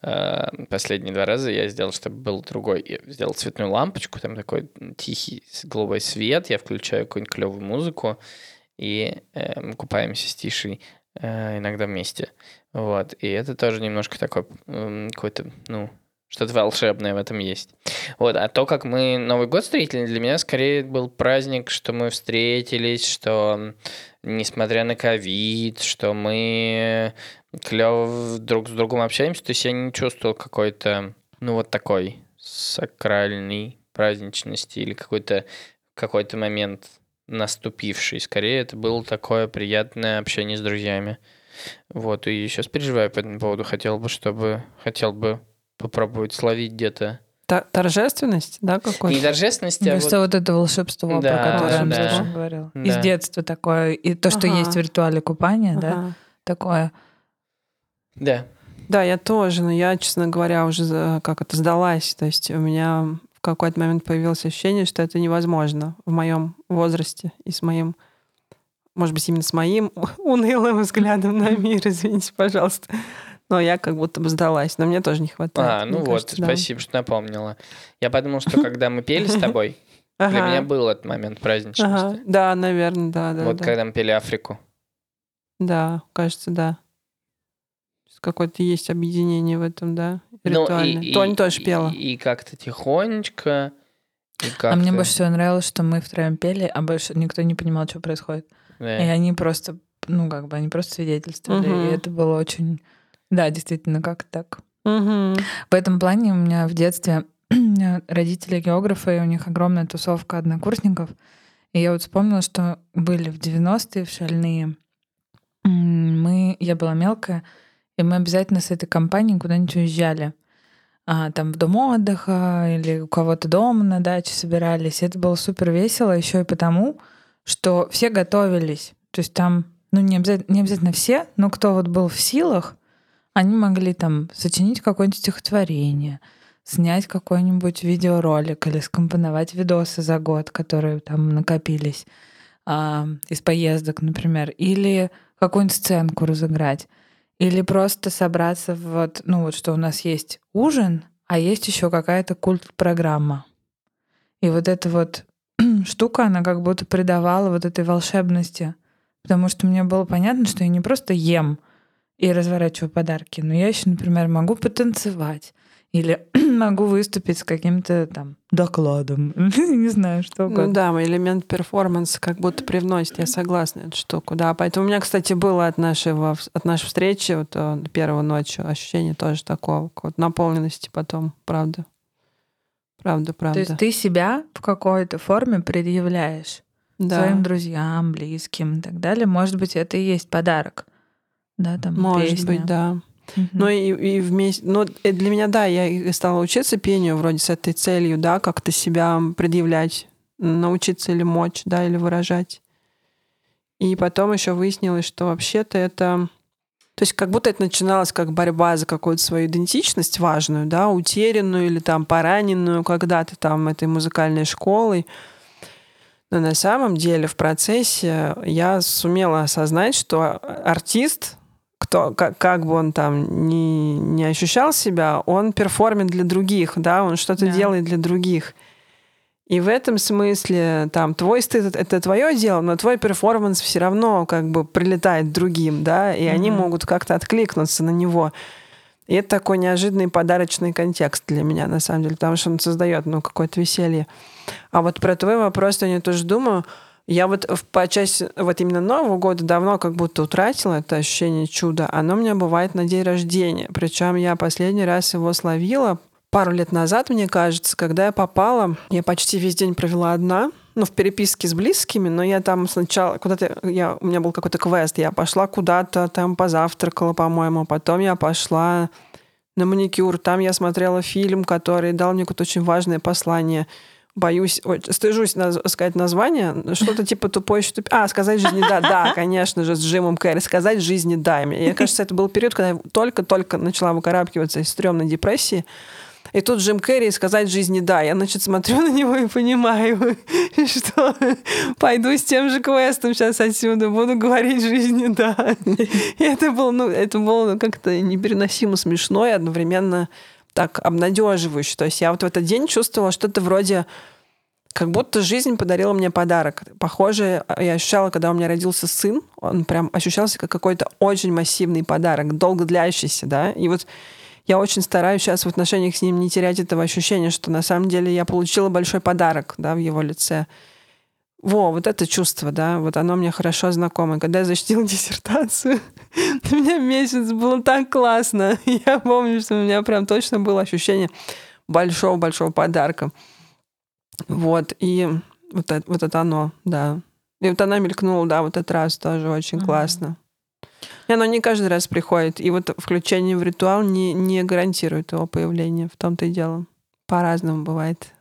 Последние 2 раза я сделал, чтобы был другой. Я сделал цветную лампочку, там такой тихий голубой свет, я включаю какую-нибудь клевую музыку, и мы купаемся с Тишей иногда вместе. Вот. И это тоже немножко такой какой-то, что-то волшебное в этом есть. Вот. А то, как мы Новый год встретили, для меня скорее был праздник, что мы встретились, что несмотря на ковид, что мы клево друг с другом общаемся. То есть я не чувствовал какой-то, вот такой сакральной праздничности или какой-то момент наступивший. Скорее, это было такое приятное общение с друзьями. Вот. И сейчас переживаю по этому поводу. Хотел бы попробовать словить где-то. Торжественность, да, какой-то? Не торжественность, Мне кажется, вот это волшебство, Да, про которое он да. тоже говорил. Да. Из детства такое. И то, что есть в ритуале купания, да, такое. Да. Да, я тоже, но я, честно говоря, уже сдалась. То есть у меня в какой-то момент появилось ощущение, что это невозможно в моем возрасте и с моим, может быть, именно с моим унылым взглядом на мир, извините, пожалуйста. Но я как будто бы сдалась, но мне тоже не хватает. Спасибо, что напомнила. Я подумал, что когда мы пели с тобой, для меня был этот момент праздничности. Да, наверное, да. Вот когда мы пели «Африку». Да, кажется, да. Какое-то есть объединение в этом, да, ритуальное. Тоня тоже пела. И как-то тихонечко. А мне больше всего нравилось, что мы втроем пели, а больше никто не понимал, что происходит. Да. И они просто, они просто свидетельствовали. И это было очень... Да, действительно, как так. В этом плане у меня в детстве родители географы, и у них огромная тусовка однокурсников. И я вот вспомнила, что были в 90-е, в шальные. Я была мелкая, и мы обязательно с этой компанией куда-нибудь уезжали. Там в дом отдыха или у кого-то дома на даче собирались. И это было супер весело еще и потому, что все готовились. То есть там, не обязательно все, но кто вот был в силах, они могли там сочинить какое-нибудь стихотворение, снять какой-нибудь видеоролик или скомпоновать видосы за год, которые там накопились из поездок, например, или какую-нибудь сценку разыграть, или просто собраться что у нас есть ужин, а есть еще какая-то культ-программа. И вот эта вот штука, она как будто придавала вот этой волшебности, потому что мне было понятно, что я не просто ем и разворачиваю подарки, но я еще, например, могу потанцевать или могу выступить с каким-то там докладом. Не знаю, что угодно. Да, элемент перформанса как будто привносит, я согласна, эту штуку. Да, поэтому у меня, кстати, было от нашей встречи, первой ночью, ощущение тоже такого, наполненности потом, правда. Правда. То есть ты себя в какой-то форме предъявляешь своим друзьям, близким и так далее. Может быть, это и есть подарок. Да, там может песня. быть, да. Но и вместе... для меня, да, я стала учиться пению вроде с этой целью, да, как-то себя предъявлять, научиться или мочь, да, или выражать. И потом еще выяснилось, что вообще-то это... То есть как будто это начиналось как борьба за какую-то свою идентичность важную, да, утерянную или там пораненную когда-то там этой музыкальной школой. Но на самом деле в процессе я сумела осознать, что артист, как бы он там не ощущал себя, он перформит для других, да, он что-то делает для других. И в этом смысле там твой стыд — это твое дело, но твой перформанс все равно как бы прилетает другим, да, и они могут как-то откликнуться на него. И это такой неожиданный подарочный контекст для меня, на самом деле, потому что он создает, какое-то веселье. А вот про твой вопрос я тоже думаю. Я по части именно Нового года давно как будто утратила это ощущение чуда. Оно у меня бывает на день рождения. Причем я последний раз его словила пару лет назад, мне кажется, когда я попала. Я почти весь день провела одна, в переписке с близкими, но я там сначала куда-то... У меня был какой-то квест. Я пошла куда-то, там позавтракала, по-моему. Потом я пошла на маникюр. Там я смотрела фильм, который дал мне какое-то очень важное послание. Стыжусь сказать название, что-то типа «Тупой еще тупее». «Сказать жизни да». Да, конечно же, с Джимом Керри. «Сказать жизни да». Мне кажется, это был период, когда я только-только начала выкарабкиваться из стрёмной депрессии. И тут Джим Керри сказать жизни «да». Я, значит, смотрю на него и понимаю, что пойду с тем же квестом сейчас отсюда, буду говорить жизни «да». И это было как-то непереносимо смешно и одновременно так обнадеживающе. То есть я вот в этот день чувствовала что-то вроде... Как будто жизнь подарила мне подарок. Похоже, я ощущала, когда у меня родился сын, он прям ощущался как какой-то очень массивный подарок, долго длящийся, да. И вот я очень стараюсь сейчас в отношениях с ним не терять этого ощущения, что на самом деле я получила большой подарок, да, в его лице. Вот это чувство, да, вот оно мне хорошо знакомо. Когда я защитила диссертацию, у меня месяц было так классно. Я помню, что у меня прям точно было ощущение большого-большого подарка. Вот, и вот это оно, да. И вот она мелькнула, да, вот этот раз тоже очень классно. И оно не каждый раз приходит. И вот включение в ритуал не гарантирует его появление. В том-то и дело. По-разному бывает.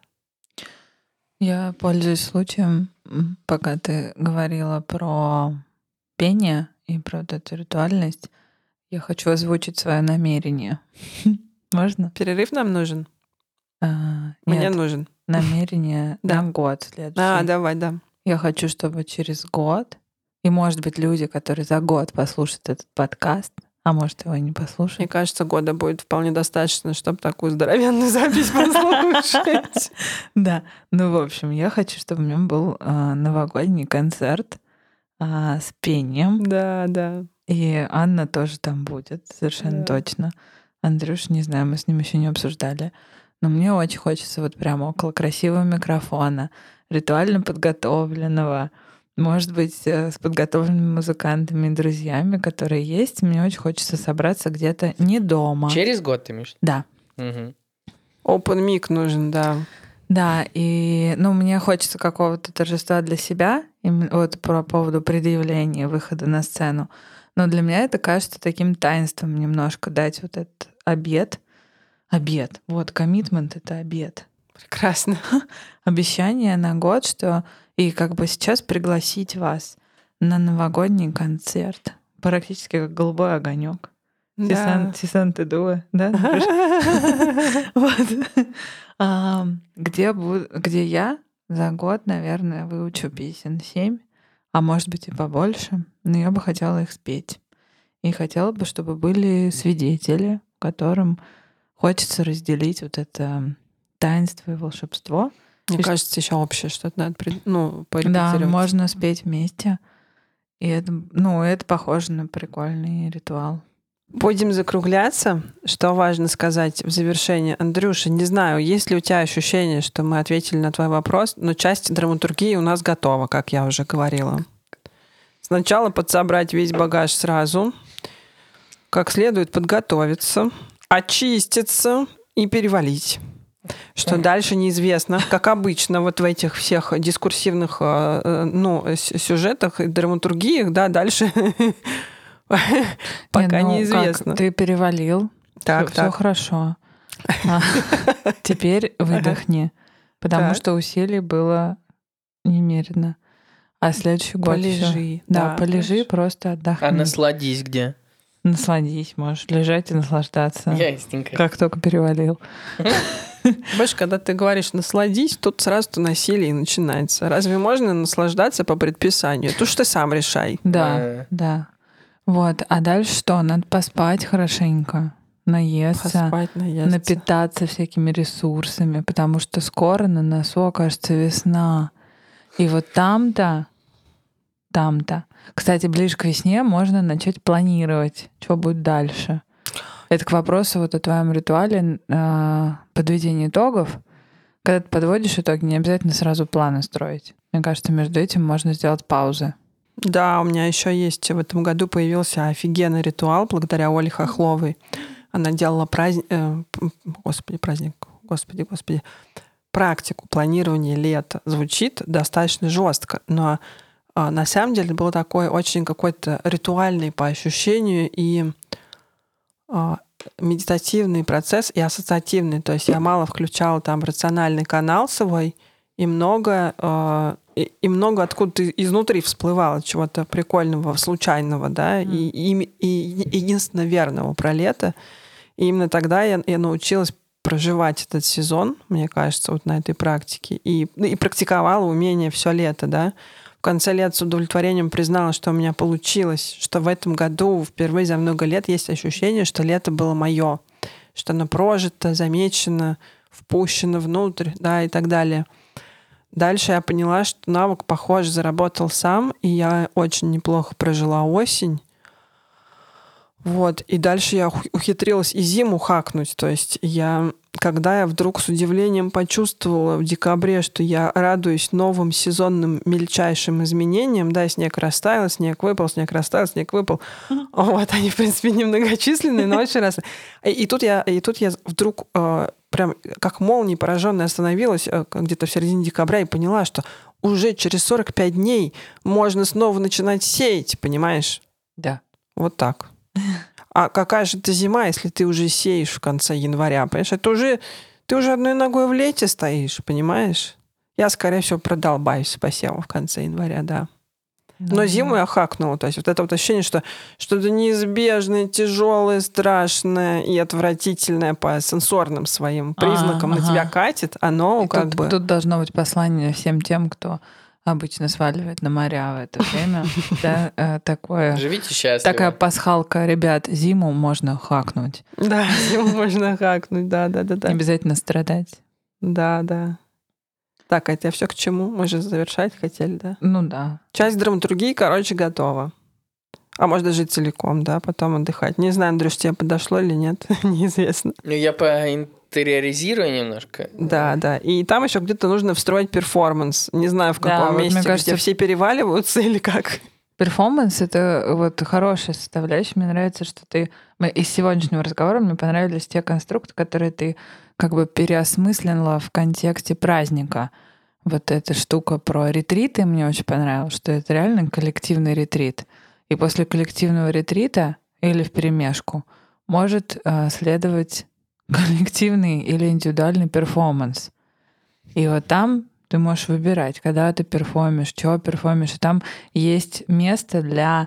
Я пользуюсь случаем, пока ты говорила про пение и про вот эту ритуальность, я хочу озвучить свое намерение. Можно? Перерыв нам нужен? Мне Нет. нужен. Намерение на год следующий. Давай, да. Я хочу, чтобы через год, и, может быть, люди, которые за год послушают этот подкаст, а может, его и не послушают. Мне кажется, года будет вполне достаточно, чтобы такую здоровенную запись послушать. Да. Ну, в общем, я хочу, чтобы у меня был новогодний концерт с пением. Да. И Анна тоже там будет, совершенно точно. Андрюш, не знаю, мы с ним еще не обсуждали. Но мне очень хочется вот прямо около красивого микрофона, ритуально подготовленного, может быть, с подготовленными музыкантами и друзьями, которые есть. Мне очень хочется собраться где-то не дома. Через год ты имеешь? Да. Угу. Open mic нужен, да. Да, и мне хочется какого-то торжества для себя, вот по поводу предъявления, выхода на сцену. Но для меня это кажется таким таинством немножко дать вот этот обет. Обет. Вот, коммитмент — это обет. Прекрасно. Обещание на год, что и как бы сейчас пригласить вас на новогодний концерт. Практически как голубой огонек. Да. Сисан Тедуэ, да? Где я за год, наверное, выучу песен 7, а может быть и побольше. Но я бы хотела их спеть. И хотела бы, чтобы были свидетели, которым хочется разделить вот это таинство и волшебство. Мне кажется, еще общее что-то надо порепетировать. Да, можно спеть вместе. И это похоже на прикольный ритуал. Будем закругляться. Что важно сказать в завершении? Андрюша, не знаю, есть ли у тебя ощущение, что мы ответили на твой вопрос, но часть драматургии у нас готова, как я уже говорила. Сначала подсобрать весь багаж сразу, как следует подготовиться, очиститься и перевалить. Что дальше неизвестно. Как обычно, вот в этих всех дискурсивных сюжетах и драматургиях, да, дальше пока неизвестно. Ты перевалил. Все хорошо. Теперь выдохни. Потому что усилий было немерено. А следующий год полежи. Да, полежи, просто отдохни. А насладись где? Насладись, можешь лежать и наслаждаться. Ясненько. Как только перевалил. Больше, когда ты говоришь «насладись», тут сразу насилие и начинается. Разве можно наслаждаться по предписанию? Это уж ты сам решай. Да. Вот. А дальше что? Надо поспать хорошенько, наесться, напитаться всякими ресурсами, потому что скоро на носу окажется весна. И вот там-то, кстати, ближе к весне можно начать планировать, что будет дальше. Это к вопросу вот о твоем ритуале подведения итогов. Когда ты подводишь итоги, не обязательно сразу планы строить. Мне кажется, между этим можно сделать паузы. Да, у меня еще есть. В этом году появился офигенный ритуал благодаря Оле Хохловой. Она делала практику планирования лета. Звучит достаточно жестко, но на самом деле был такой очень какой-то ритуальный по ощущению и медитативный процесс и ассоциативный. То есть я мало включала там рациональный канал свой, и много откуда-то изнутри всплывало чего-то прикольного, случайного, да, и единственно верного про лето. И именно тогда я научилась проживать этот сезон, мне кажется, вот на этой практике. И практиковала умение все лето, да. В конце лет с удовлетворением признала, что у меня получилось, что в этом году впервые за много лет есть ощущение, что лето было мое, что оно прожито, замечено, впущено внутрь, да, и так далее. Дальше я поняла, что навык, похоже, заработал сам, и я очень неплохо прожила осень. Вот. И дальше я ухитрилась и зиму хакнуть. То есть когда я вдруг с удивлением почувствовала в декабре, что я радуюсь новым сезонным мельчайшим изменениям, да, снег растаял, снег выпал, снег растаял, снег выпал. Вот они, в принципе, немногочисленные, но очень разные. И тут я вдруг прям как молнией пораженная остановилась где-то в середине декабря и поняла, что уже через 45 дней можно снова начинать сеять, понимаешь? Да. Вот так. А какая же это зима, если ты уже сеешь в конце января, понимаешь? Ты уже одной ногой в лете стоишь, понимаешь? Я, скорее всего, продолбаюсь с посевом в конце января, да. Но зиму я хакнула. То есть вот это вот ощущение, что что-то неизбежное, тяжелое, страшное и отвратительное по сенсорным своим признакам на тебя катит, оно Тут должно быть послание всем тем, кто обычно сваливает на моря в это время. Да, такое. Живите счастливо. Такая пасхалка, ребят, зиму можно хакнуть. Да, зиму можно хакнуть, да. Не обязательно страдать. Да. Так, это все к чему? Мы же завершать хотели, да? Ну да. Часть драматургии, готова. А может даже целиком, да, потом отдыхать. Не знаю, Андрюш, тебе подошло или нет, неизвестно. Ну, я поинтериоризирую немножко. Да. И там еще где-то нужно встроить перформанс. Не знаю, в каком месте, мне кажется, где все переваливаются или как. Перформанс — это вот хорошая составляющая. Мне нравится, что из сегодняшнего разговора мне понравились те конструкты, которые ты как бы переосмыслила в контексте праздника. Вот эта штука про ретриты мне очень понравилась, что это реально коллективный ретрит. И после коллективного ретрита или вперемешку может следовать коллективный или индивидуальный перформанс. И вот там ты можешь выбирать, когда ты перформишь, что перформишь. И там есть место для,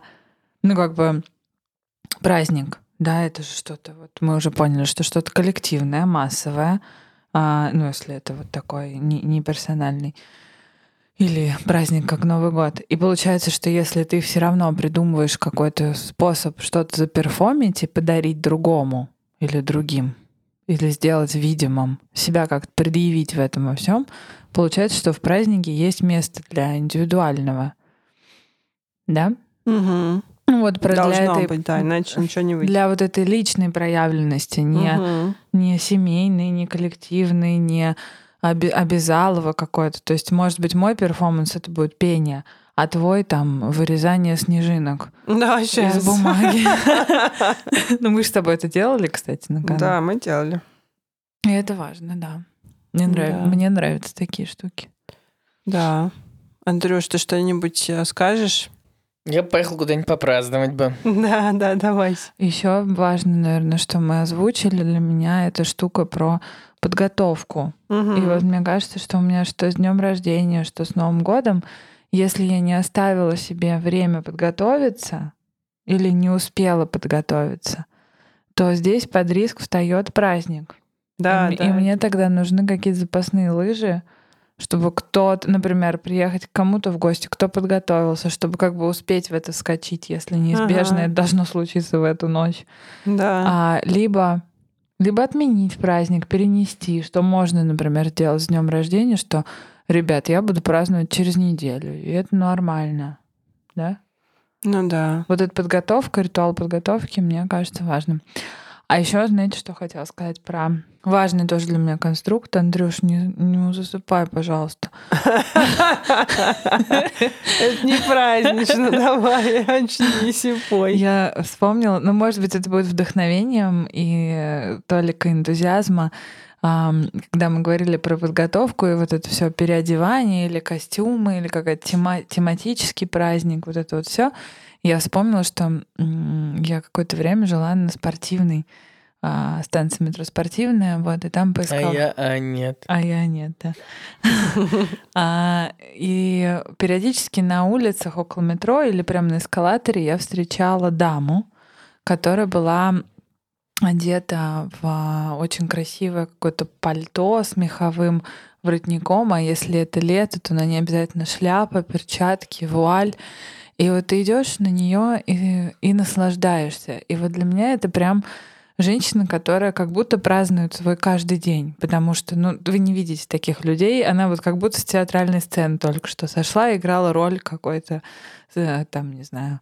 праздник. Да, это же что-то, вот мы уже поняли, что что-то коллективное, массовое, если это вот такой не персональный, или праздник, как Новый год. И получается, что если ты все равно придумываешь какой-то способ что-то заперформить и подарить другому или другим, или сделать видимым, себя как-то предъявить в этом во всем, получается, что в празднике есть место для индивидуального. Да? Угу. Вот должно быть, да, иначе ничего не выйдет. Для вот этой личной проявленности, не семейной, не коллективной, не обязалово какое-то. То есть, может быть, мой перформанс — это будет пение, а твой там вырезание снежинок из бумаги. Ну, мы же с тобой это делали, кстати, на канале. Да, мы делали. И это важно, да. Мне нравятся такие штуки. Да. Андрюш, ты что-нибудь скажешь? Я поехал куда-нибудь попраздновать бы. Да, давай. Еще важно, наверное, что мы озвучили для меня, эта штука про подготовку. И вот мне кажется, что у меня что с днем рождения, что с Новым годом, если я не оставила себе время подготовиться или не успела подготовиться, то здесь под риск встает праздник. Да. И мне тогда нужны какие-то запасные лыжи, чтобы кто-то, например, приехать к кому-то в гости, кто подготовился, чтобы как бы успеть в это вскочить, если неизбежно это должно случиться в эту ночь. Да. Либо отменить праздник, перенести, что можно, например, делать с днем рождения, что, ребят, я буду праздновать через неделю, и это нормально, да? Ну да. Вот эта подготовка, ритуал подготовки, мне кажется, важным. А еще, знаете, что хотела сказать про важный тоже для меня конструкт. Андрюш, не засыпай, пожалуйста. Это не празднично, давай, очнись и пой. Я вспомнила, может быть, это будет вдохновением и толика энтузиазма, когда мы говорили про подготовку и вот это все переодевание или костюмы, или какой-то тематический праздник, вот это вот все. Я вспомнила, что я какое-то время жила на спортивной станции метро «Спортивная», вот, и там поискала... нет. Я нет, да. И периодически на улицах около метро или прямо на эскалаторе я встречала даму, которая была одета в очень красивое какое-то пальто с меховым воротником, а если это лето, то на ней обязательно шляпа, перчатки, вуаль. И вот ты идешь на нее и наслаждаешься. И вот для меня это прям женщина, которая как будто празднует свой каждый день, потому что, ну, вы не видите таких людей, она вот как будто с театральной сцены только что сошла и играла роль какой-то, там, не знаю,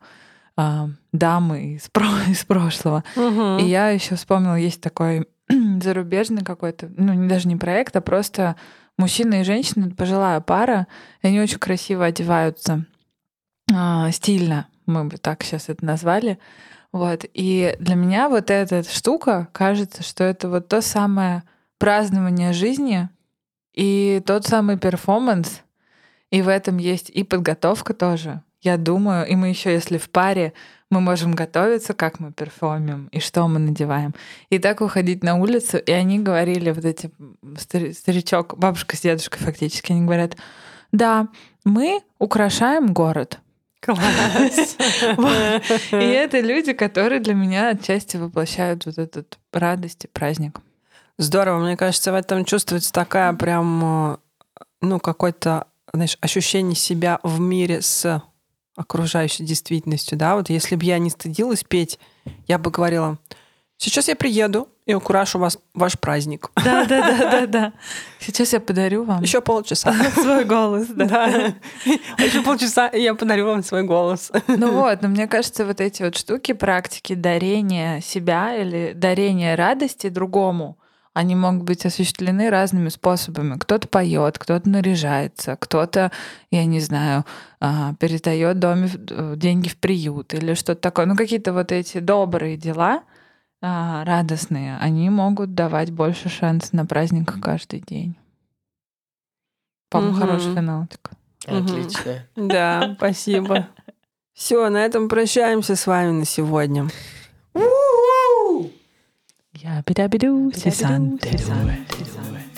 дамы из прошлого. И я еще вспомнила, есть такой зарубежный какой-то, ну, даже не проект, а просто мужчина и женщина, пожилая пара, и они очень красиво одеваются, стильно, мы бы так сейчас это назвали. Вот. И для меня вот эта штука кажется, что это вот то самое празднование жизни и тот самый перформанс. И в этом есть и подготовка тоже. Я думаю, и мы еще, если в паре, мы можем готовиться, как мы перформим и что мы надеваем. И так выходить на улицу. И они говорили, вот эти старичок, бабушка с дедушкой фактически, они говорят, да, мы украшаем город. Класс. И это люди, которые для меня отчасти воплощают вот этот радость и праздник. Здорово. Мне кажется, в этом чувствуется такая прям, ну, какое-то, знаешь, ощущение себя в мире с окружающей действительностью, да? Вот если бы я не стыдилась петь, я бы говорила, сейчас я приеду и украшу ваш праздник. Да. Сейчас я подарю вам Еще полчаса. свой голос. Да. Еще полчаса, и я подарю вам свой голос. Ну вот, но мне кажется, вот эти вот штуки, практики дарения себя или дарения радости другому, они могут быть осуществлены разными способами. Кто-то поет, кто-то наряжается, кто-то, я не знаю, передает деньги в приют или что-то такое. Ну, какие-то вот эти добрые дела, радостные, они могут давать больше шансов на праздник каждый день. По-моему, хороший финал. Отлично. Да, спасибо. Все, на этом прощаемся с вами на сегодня. Я беда-беду, сисанте.